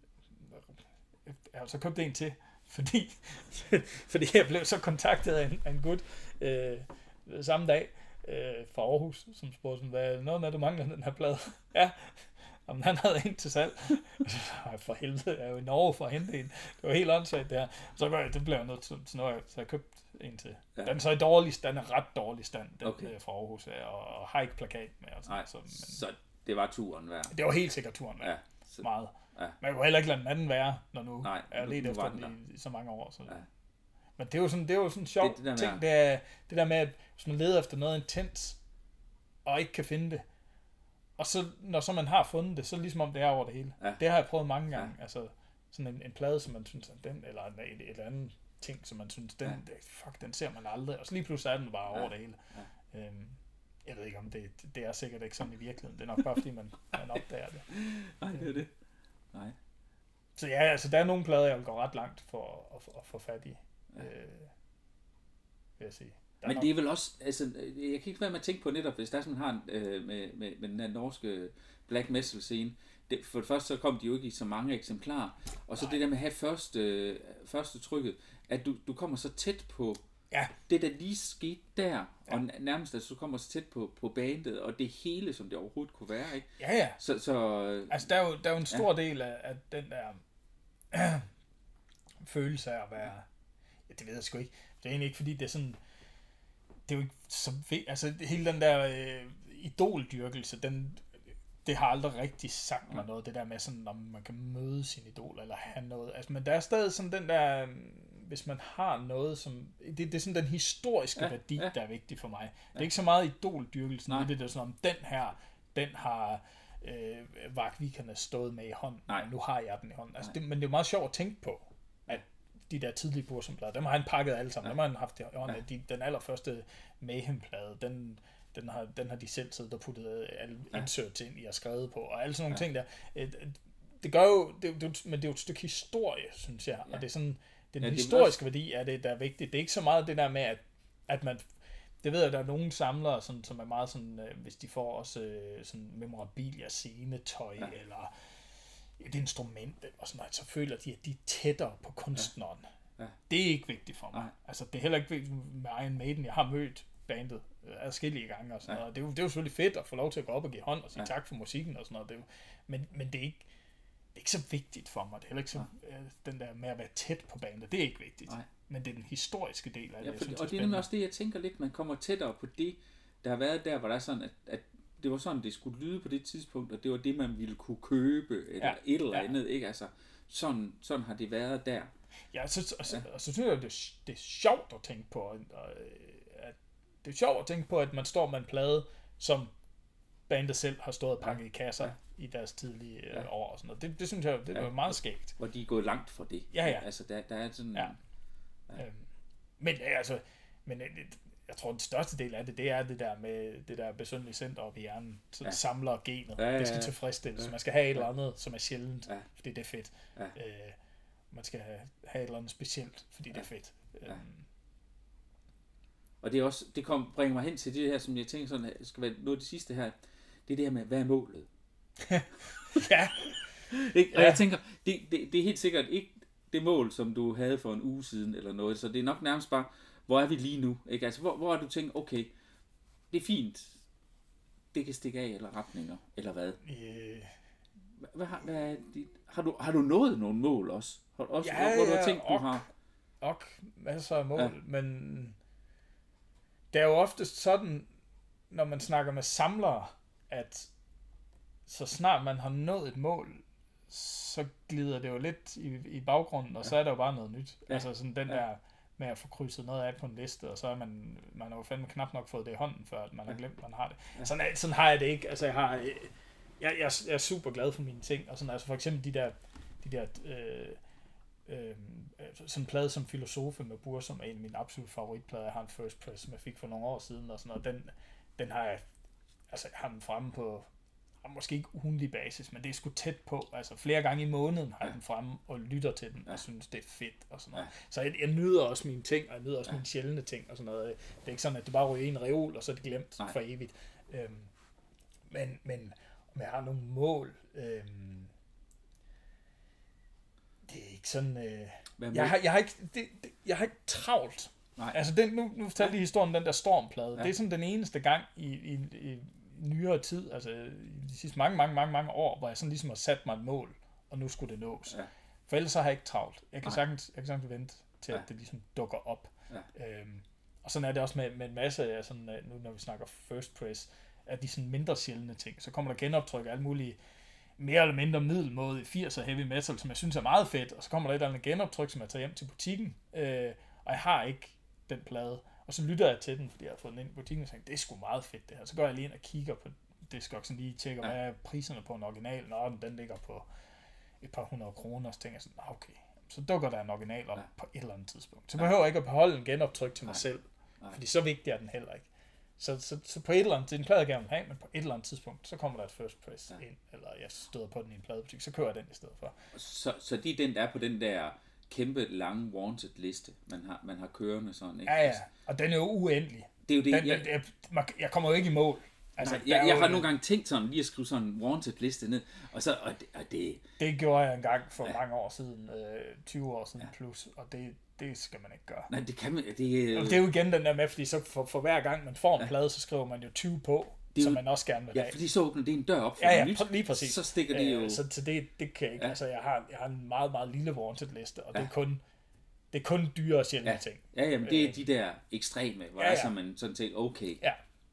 jeg har så købt en til, fordi, fordi jeg blev så kontaktet af en, af en gut øh, samme dag øh, fra Aarhus, som spurgte, hvad noget med, at du mangler den her plade? Ja, om han havde en til salg. For helvede, jeg er jo i Norge for at hente en. Det var helt åndssvagt det her. Så går jeg, det blev noget til, til noget, så jeg købte en til. Ja. Den er så i dårlig stand, er ret dårlig stand, den okay. Fra Aarhus, og, og har ikke plakat med. Og sådan, nej, så, men, så det var turen værd. Det var helt sikkert turen værd. Ja, så, meget. Ja. Men jeg kunne heller ikke lade den anden være, når nu nej, er jeg let efter den i, i så mange år. Så. Ja. Men det er jo sådan, det er jo sådan en sjov det, det ting, det, er, det der med, at hvis man leder efter noget intens, og ikke kan finde det, og så, når så man har fundet det, så ligesom om det er over det hele. Ja. Det har jeg prøvet mange gange. Ja. Altså, sådan en, en plade, som man synes, den, eller en, et, et andet ting, som man synes, den, ja. fuck, den ser man aldrig. Og så lige pludselig er den bare ja. Over det hele. Ja. Øhm, jeg ved ikke, om det, det er sikkert ikke sådan i virkeligheden. Det er nok bare, fordi man, man opdager det. Nej, det er det. Nej. Så ja, altså, der er nogle plader, jeg vil gå ret langt for at, at, at få fat i. Ja. Øh, vil jeg sige. Men det er vel også, altså, jeg kan ikke være med at tænke på netop, hvis der er sådan, man har øh, med, med, med den her norske black metal scene, det, for det første så kom de jo ikke i så mange eksemplarer, og så nej. Det der med at have første, første trykket, at du, du kommer så tæt på ja. Det, der lige skete der, ja. Og nærmest, at du kommer så tæt på, på bandet, og det hele, som det overhovedet kunne være, ikke? Ja, ja. Så, så, altså, der er jo, der er jo en stor ja. Del af, af den der øh, følelse af at være, ja, det ved jeg sgu ikke, det er egentlig ikke, fordi det er sådan, det er jo ikke så ved, altså hele den der øh, idoldyrkelse, den det har aldrig rigtig sagt mig noget, det der med sådan, om man kan møde sin idol, eller have noget, altså, men der er stadig sådan den der, hvis man har noget, som, det, det er sådan den historiske ja, værdi, ja. der er vigtig for mig. Ja. Det er ikke så meget idoldyrkelsen, det, det er sådan, om den her, den har øh, Varkvikerne stået med i hånden, og nu har jeg den i hånden. Altså, det, men det er jo meget sjovt at tænke på, at de der tidlige Burzum-plader, dem har han pakket alle sammen, ja. dem har han haft i hånden. Ja. De, den allerførste Mayhem-plade, den, den, har, den har de selv siddet og puttet alle ja. inserts ind i og skrevet på, og alle sådan nogle ja. ting der. Det gør jo, det, det, men det er jo et stykke historie, synes jeg, ja. og det er sådan, den ja, historiske værdi er det, der er vigtigt. Det er ikke så meget det der med, at, at man, det ved jeg, der er nogle samlere, sådan, som er meget sådan, øh, hvis de får også øh, sådan memorabilia, scenetøj, ja. eller et instrument, eller sådan noget, så føler de, at de er tættere på kunstneren. Ja. Ja. Det er ikke vigtigt for mig. Nej. Altså, det er heller ikke vigtigt med Iron Maiden. Jeg har mødt bandet adskillige gange og sådan ja. noget. Det er, jo, det er jo selvfølgelig fedt at få lov til at gå op og give hånd og sige ja. tak for musikken og sådan noget. Det er jo, men, men det er ikke det er ikke så vigtigt for mig. Det er heller ikke så, ja. den der med at være tæt på bandet. Det er ikke vigtigt. Nej. Men det er den historiske del af det, ja, for, jeg synes, og det er nemlig også det, jeg tænker lidt, man kommer tættere på det, der har været der, hvor der er sådan, at, at det var sådan, det skulle lyde på det tidspunkt, og det var det, man ville kunne købe, eller ja. et eller andet, ja. ikke? Altså, sådan, sådan har det været der. Ja, så, og, så, ja. og så synes jeg, det, det er sjovt at tænke på, at, at det er sjovt at tænke på, at man står med en plade, som bandet selv har stået og pakket ja. i kasser ja. i deres tidlige ja. år og sådan noget. Det, det synes jeg, det ja. var meget skægt. Hvor de er gået langt for det. Ja, ja. Altså, der, der er sådan... Ja. Ja. Øhm, men altså, men jeg tror, den største del af det, det er det der med det der besynderlige center op i hjernen, så ja. samler genet. Ja, ja, ja. Det skal tilfredsstilles. Ja. Så man skal have et eller andet, som er sjældent, ja. fordi det er fedt. Ja. Øh, man skal have, have et eller andet specielt, fordi ja. det er fedt. Ja. Øhm. Og det er også, det kom, bringer mig hen til det her, som jeg tænker sådan, skal være noget af det sidste her. Det er det her med, hvad er målet? ja. Ikke? Og ja. jeg tænker, det, det, det er helt sikkert ikke det mål, som du havde for en uge siden, eller noget, så det er nok nærmest bare, hvor er vi lige nu? Ikke? Altså, hvor, hvor har du tænkt, okay, det er fint, det kan stikke af, eller retninger, eller hvad? Yeah. Hvad har, hvad er dit, har, du, har du nået nogle mål også? Har, også ja, hvor, hvor ja, du har tænkt, ok, du har? Ok, masser af mål, ja. men det er jo ofte sådan, når man snakker med samlere, at så snart man har nået et mål, så glider det jo lidt i, i baggrunden, og ja. så er der jo bare noget nyt. Ja. Altså sådan den ja. der med at få krydset noget af på en liste, og så er man, man har jo fandme knap nok fået det i hånden, før at man ja. har glemt, man har det. Ja. Sådan, sådan har jeg det ikke. Altså jeg har, jeg, jeg, jeg er super glad for mine ting, og sådan altså for eksempel de der, de der øh, øh, sådan en plade som Filosofe med Burzum er en af mine absolut favoritplader. Jeg har en First Press, som jeg fik for nogle år siden, og sådan noget. Den, den har jeg, altså jeg har den fremme på måske ikke ugentlig basis, men det er sgu tæt på. Altså flere gange i måneden har jeg ja. den fremme og lytter til den, ja. og synes, det er fedt og sådan noget. Ja. Så jeg, jeg nyder også mine ting, og jeg nyder også ja. mine sjældne ting og sådan noget. Det er ikke sådan, at det bare ryger i en reol, og så er det glemt Nej. for evigt. Øhm, men, men om jeg har nogle mål, øhm, det er ikke sådan... Øh, jeg, har, jeg, har ikke, det, det, jeg har ikke travlt. Nej. Altså den, nu, nu fortalte jeg den den der Stormplade. Ja. Det er sådan den eneste gang i, i, i nyere tid, altså de sidste mange, mange, mange, mange år, hvor jeg sådan ligesom har sat mig et mål, og nu skulle det nås. Ja. For ellers så har jeg ikke travlt. Jeg kan sagtens, jeg kan sagtens vente til, at ja. det ligesom dukker op. Ja. Øhm, og sådan er det også med, med en masse af sådan, nu når vi snakker First Press, at de sådan mindre sjældne ting. Så kommer der genoptryk af alle mulige mere eller mindre middelmåde firserne heavy metal, som jeg synes er meget fedt, og så kommer der et eller andet genoptryk, som jeg tager hjem til butikken, øh, og jeg har ikke den plade. Og så lytter jeg til den, fordi jeg har fået den ind i butikken, og tænker, det er sgu meget fedt det her. Så går jeg lige ind og kigger på Discogs, sådan lige tjekker, ja. hvad er priserne på en original. Nå, den ligger på et par hundrede kroner, så tænker jeg sådan, okay. Så dukker der en original op ja. på et eller andet tidspunkt. Så behøver jeg ikke at beholde en genoptryk til mig Nej. selv, Nej. fordi så vigtig er den heller ikke. Så, så, så på et eller andet, det er en plade, jeg gerne vil have, men på et eller andet tidspunkt, så kommer der et First Press ja. ind, eller jeg støder på den i en pladebutik, så kører jeg den i stedet for. Så, så de den, der er på den der kæmpe lange wanted liste, man har, man har kørende sådan, ikke? Ja, ja, og den er jo uendelig. Det er jo det, den, jeg, jeg, jeg kommer jo ikke i mål. Altså, nej, jeg, jeg har nogle gange tænkt sådan, lige at skrive sådan en wanted liste ned, og så, og det, og det... Det gjorde jeg engang for ja. mange år siden, øh, tyve år siden ja. plus, og det, det skal man ikke gøre. Nej, det kan man, det... Og det er jo igen den der med, fordi så for, for hver gang man får en ja. plade, så skriver man jo tyve på, som man også gerne vil have. Ja, fordi så åbner det en dør op for ja, ja, nyt. lige præcis. Så stikker det jo... Øh, så, så det, det kan jeg ikke. Ja. Altså, jeg har, jeg har en meget, meget lille wanted liste, og ja. det er kun... Det er kun dyre og sjældne ja. ting. Ja, jamen det er de der ekstreme, hvor ja, ja. så man sådan tænker, okay. Ja,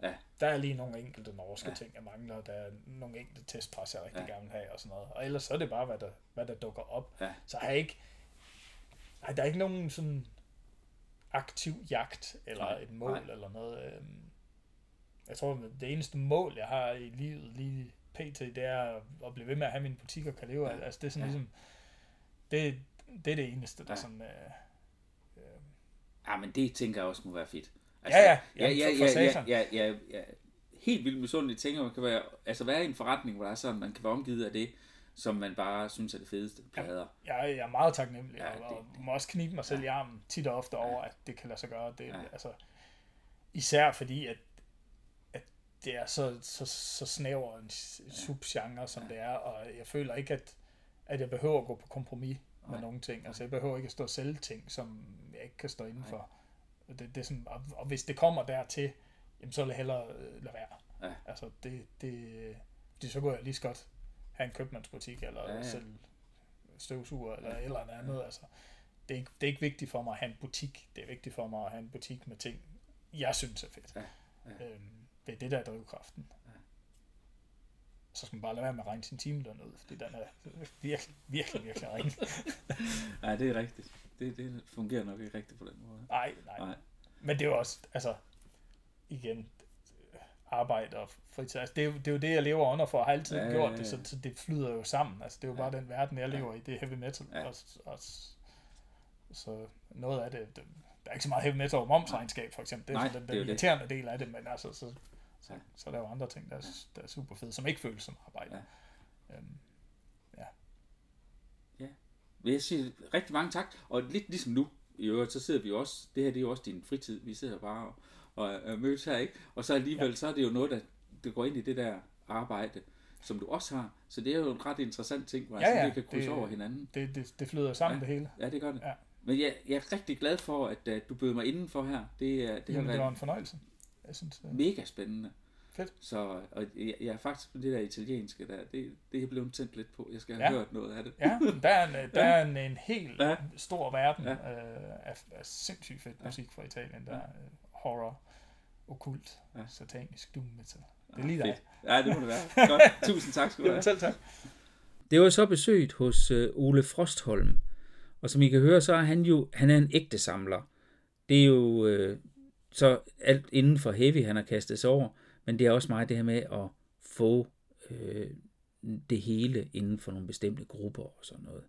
Ja. Der er lige nogle enkelte norske Ja. ting, jeg mangler. Der er nogle enkelte testpres, jeg rigtig Ja. gerne vil have og sådan noget. Og ellers så er det bare, hvad der, hvad der dukker op. Ja. Så har jeg ikke... Nej, der er ikke nogen sådan aktiv jagt, eller Nej, et mål, nej. eller noget. øhm. Jeg tror, det eneste mål, jeg har i livet lige pt, det er at blive ved med at have min butik og kan leve af. Ja. Altså, det er sådan Ja. ligesom... Det, det er det eneste, der Ja. sådan... Øh, øh, Ja, men det tænker jeg også må være fedt. Ja, ja. ja, Jamen, ja, for- for ja, ja, satan. ja, ja, ja. Helt vildt misundelig tænker, man kan være, altså være i en forretning, hvor der er sådan, man kan være omgivet af det, som man bare synes er det fedeste, plader. jeg, jeg er meget taknemmelig, Ja, ja, det- og, og må også knibe mig selv i armen tit og ofte over, at det kan lade sig gøre. Det, Ja. altså, især fordi, at, at det er så, så, så snæver en subgenre, som Ja. det er, og jeg føler ikke, at, at jeg behøver at gå på kompromis med Nej. nogle ting. Altså, jeg behøver ikke at stå og sælge ting, som jeg ikke kan stå inden for. Det, det er sådan, og, og hvis det kommer dertil, jamen, så vil jeg hellere øh, lade være. Ja. Altså, det, det, det, så kunne jeg lige så godt have en købmandsbutik, eller Ja, ja. sælge støvsuger, eller Ja. et eller andet. Altså, det, er ikke, det er ikke vigtigt for mig at have en butik. Det er vigtigt for mig at have en butik med ting, jeg synes er fedt. Ja, ja. Øhm, det er det, der er drivkraften. Ja. Så skal man bare lade være med at regne sin timeløn ud, fordi den er virkelig, virkelig, virkelig ringe. Nej, det er rigtigt. Det, det fungerer nok ikke rigtigt på den måde. Nej, nej, Nej. Men det er jo også, altså, igen, arbejde og fritid. Altså, det, er jo, det er jo det, jeg lever under for, og har altid Ja, ja, ja, gjort ja. det, så, så det flyder jo sammen. Altså, det er jo Ja. bare den verden, jeg Ja. lever i. Det er heavy metal. Ja. Og, og, så noget af det, det, der er ikke så meget heavy metal over momsregnskab, for eksempel. Det er Nej, sådan den, det er den jo det. irriterende del af det, men altså, så, så, Ja. så er der jo andre ting, der er, der er super fede, som ikke føles som arbejde. Ja. Øhm, Vil jeg sige rigtig mange tak, og lidt ligesom nu, i øvrigt, så sidder vi jo også, det her det er jo også din fritid, vi sidder bare og, og er mødes her, ikke? Og så alligevel, ja. så er det jo noget, der, der går ind i det der arbejde, som du også har, så det er jo en ret interessant ting, hvor Ja, altså, ja, vi kan krydse det- over hinanden. det, det, det flyder sammen, Ja. det hele. Ja, det gør det. Ja. Men jeg, jeg er rigtig glad for, at uh, du bød mig indenfor her. Det, er- det har Jamen, det var været en fornøjelse. Jeg synes, øh, mega spændende. Fedt. Så og jeg, jeg er faktisk på det der italienske der, det, det er blevet tændt lidt på. Jeg skal have Ja. hørt noget af det. Ja, der er en, der er en, en helt Ja. ja. stor verden Ja. ja. øh, af, af sindssygt fedt Ja. musik fra Italien. Der Ja. er øh, horror, okkult, Ja. ja. satanisk doom metal. Det er lige der. Fedt. Ja, det må det være. Godt. Tusind tak skal du Jo, have. selv tak. Det var så besøget hos øh, Ole Frostholm, og som I kan høre, så er han jo han er en ægte samler. Det er jo øh, så alt inden for heavy, han har kastet sig over, men det er også meget det her med at få øh, det hele inden for nogle bestemte grupper og sådan noget.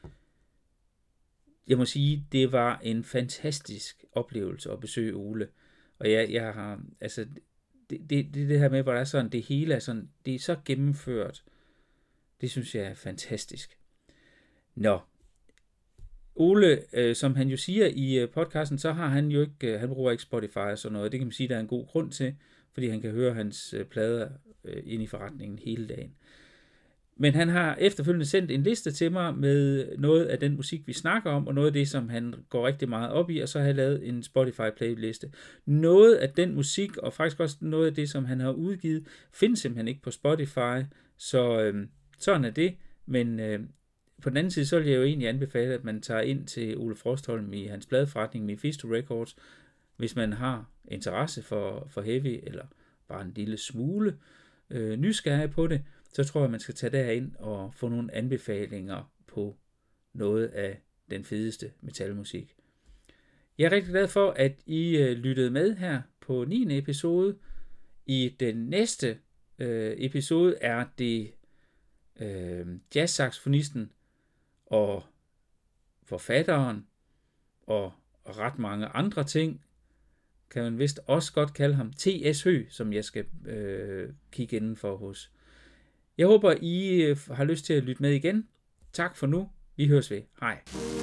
Jeg må sige, det var en fantastisk oplevelse at besøge Ole, og jeg, jeg har, altså, det, det, det, det her med, hvor der er sådan, det hele er sådan, det er så gennemført. Det synes jeg er fantastisk. Nå, Ole, øh, som han jo siger i øh, podcasten, så har han jo ikke, øh, han bruger ikke Spotify og sådan noget. Det kan man sige, der er en god grund til, fordi han kan høre hans øh, plader øh, ind i forretningen hele dagen. Men han har efterfølgende sendt en liste til mig med noget af den musik, vi snakker om, og noget af det, som han går rigtig meget op i, og så har jeg lavet en Spotify-playliste. Noget af den musik, og faktisk også noget af det, som han har udgivet, findes simpelthen ikke på Spotify, så øh, sådan er det. Men øh, på den anden side, så vil jeg jo egentlig anbefale, at man tager ind til Ole Frostholm i hans pladeforretning Mephisto Records, hvis man har interesse for, for heavy, eller bare en lille smule øh, nysgerrig på det, så tror jeg, man skal tage derind og få nogle anbefalinger på noget af den fedeste metalmusik. Jeg er rigtig glad for, at I øh, lyttede med her på niende episode. I den næste øh, episode er det øh, jazzsaxofonisten og forfatteren og ret mange andre ting, kan man vist også godt kalde ham, T S Hø, som jeg skal øh, kigge indenfor hos. Jeg håber, I har lyst til at lytte med igen. Tak for nu. Vi høres ved. Hej.